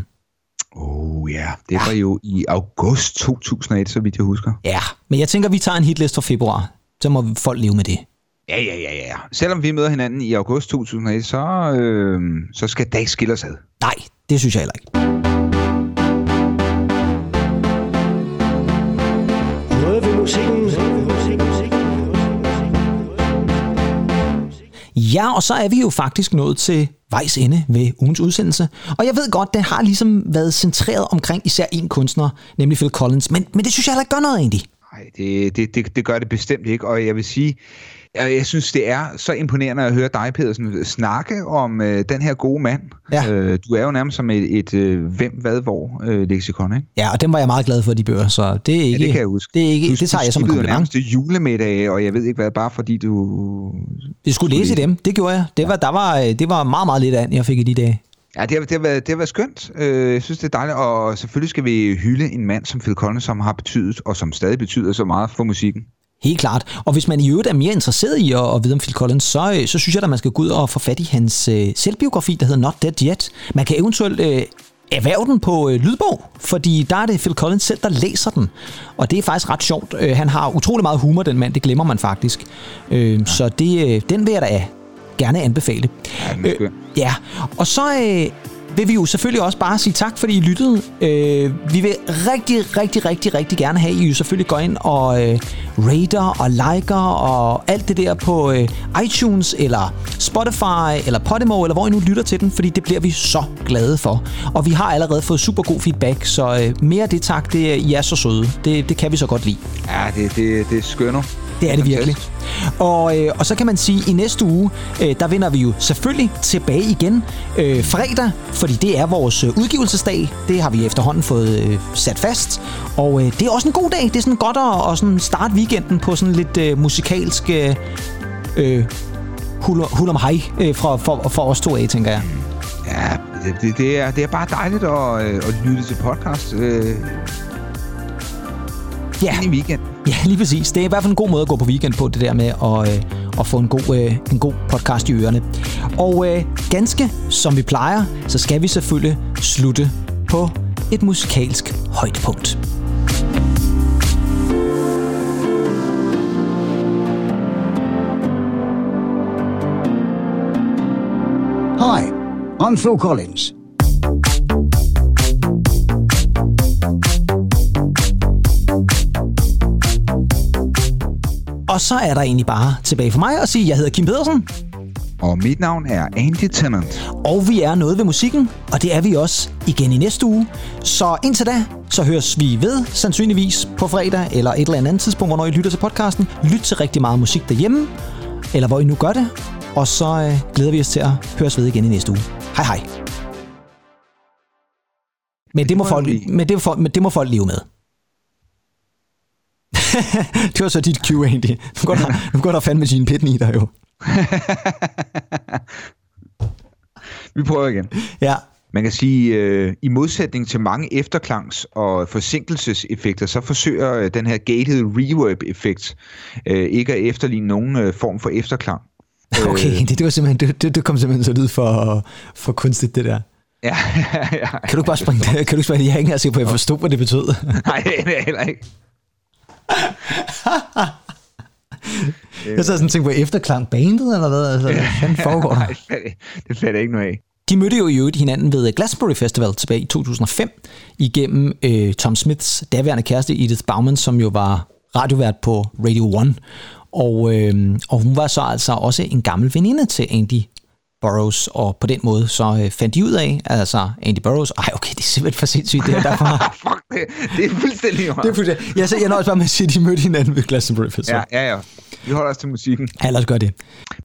S2: Oh ja, det var ja. jo i august to tusind og et, så vidt jeg husker.
S1: Ja, men jeg tænker, at vi tager en hitliste for februar. Så må folk leve med det.
S2: Ja, ja, ja, ja. Selvom vi møder hinanden i august to tusind og et, så, øh, så skal dag skille os ad.
S1: Nej, det synes jeg heller ikke. Ja, og så er vi jo faktisk nået til vejs ende ved ugens udsendelse. Og jeg ved godt, den har ligesom været centreret omkring især en kunstner, nemlig Phil Collins. Men, men det synes jeg heller ikke gør noget egentlig.
S2: Nej, det, det, det, det gør det bestemt ikke. Og jeg vil sige, jeg, jeg synes, det er så imponerende at høre dig, Pedersen, snakke om øh, den her gode mand. Ja. Øh, du er jo nærmest som et, et øh, hvem, hvad, hvor øh, leksikon, ikke?
S1: Ja, og den var jeg meget glad for, de bøger, så det er ikke...
S2: Ja, det kan jeg huske.
S1: Det, er ikke,
S2: du,
S1: det tager jeg som en kompliment.
S2: Du nærmest julemiddag, og jeg ved ikke hvad, bare fordi du...
S1: Det skulle læse i dem, det gjorde jeg. Det var, der var, det var meget, meget lidt an, jeg fik i de dage.
S2: Ja, det har, det, har været, det har været skønt. Jeg synes, det er dejligt, og selvfølgelig skal vi hylde en mand som Phil Collins, som har betydet, og som stadig betyder så meget for musikken.
S1: Helt klart. Og hvis man i øvrigt er mere interesseret i at, at vide om Phil Collins, så, så synes jeg, at man skal gå ud og få fat i hans øh, selvbiografi, der hedder Not Dead Yet. Man kan eventuelt øh, erhverve den på øh, lydbog, fordi der er det Phil Collins selv, der læser den. Og det er faktisk ret sjovt. Øh, han har utrolig meget humor, den mand. Det glemmer man faktisk. Øh, ja. Så det, øh, den vil jeg da gerne anbefale.
S2: Ja, øh,
S1: ja. Og så... Øh, vil vi jo selvfølgelig også bare sige tak, fordi I lyttede. Øh, vi vil rigtig, rigtig, rigtig, rigtig gerne have, at I jo selvfølgelig går ind og øh, rater og liker og alt det der på øh, iTunes eller Spotify eller Podimo, eller hvor I nu lytter til den, fordi det bliver vi så glade for. Og vi har allerede fået super god feedback, så øh, mere af det tak, det, I er så søde. Det, det kan vi så godt lide.
S2: Ja, det, det, det er skønner.
S1: Det er det virkelig. Og, øh, og så kan man sige, at i næste uge, øh, der vender vi jo selvfølgelig tilbage igen øh, fredag, fordi det er vores øh, udgivelsesdag. Det har vi efterhånden fået øh, sat fast. Og øh, det er også en god dag. Det er sådan godt at, at sådan starte weekenden på sådan lidt øh, musikalsk øh, hul om hej øh, for, for, for os to af, tænker jeg.
S2: Ja, det, det, er, det er bare dejligt at, at lytte til podcast øh,
S1: ja.
S2: i weekenden.
S1: Ja, lige præcis. Det er i hvert fald en god måde at gå på weekend på, det der med at, øh, at få en god, øh, en god podcast i ørerne. Og øh, ganske som vi plejer, så skal vi selvfølgelig slutte på et musikalsk højdepunkt.
S4: Hi, I'm Phil Collins.
S1: Og så er der egentlig bare tilbage for mig at sige, at jeg hedder Kim Pedersen.
S2: Og mit navn er Andy Tennant.
S1: Og vi er noget ved musikken, og det er vi også igen i næste uge. Så indtil da, så høres vi ved, sandsynligvis på fredag eller et eller andet tidspunkt, hvornår I lytter til podcasten. Lyt til rigtig meget musik derhjemme, eller hvor I nu gør det. Og så øh, glæder vi os til at høres ved igen i næste uge. Hej hej. Men det må folk, men det, men det må folk leve med. Det var så dit Q, Andy. Nu går der, nu går der fandme Gene Pitney i dig jo.
S2: Vi prøver igen.
S1: Ja.
S2: Man kan sige, øh, i modsætning til mange efterklangs- og forsinkelseseffekter, så forsøger øh, den her gated reverb-effekt øh, ikke at efterligne nogen øh, form for efterklang.
S1: Okay, det, det var simpelthen, det, det kom simpelthen så lyd for, for kunstigt, det der.
S2: Ja, ja.
S1: Kan du ikke bare springe det? Kan du ikke springe det? Jeg er ikke engang sikker på, at jeg forstod, hvad det betød.
S2: Nej, det er heller ikke.
S1: Jeg så sådan tænkt på efterklang bandet, eller hvad? Altså, hvad fanden foregår der?
S2: Nej, det fatter ikke noget af.
S1: De mødte jo i øvrigt hinanden ved Glastonbury Festival tilbage i to tusind og fem, igennem øh, Tom Smiths daværende kæreste Edith Bauman, som jo var radiovært på Radio one. Og, øh, og hun var så altså også en gammel veninde til Andy Burroughs, og på den måde så øh, fandt de ud af, altså Andy Burroughs, ej okay, det er simpelthen for sindssygt det her derfor.
S2: Fuck det, det er fuldstændig jo.
S1: Det er fuldstændig. Ja, så jeg når også bare med at sige, at de mødte hinanden ved Glastonbury Festival.
S2: Ja, ja, ja. Vi holder os til musikken.
S1: Ja, lad os gøre det.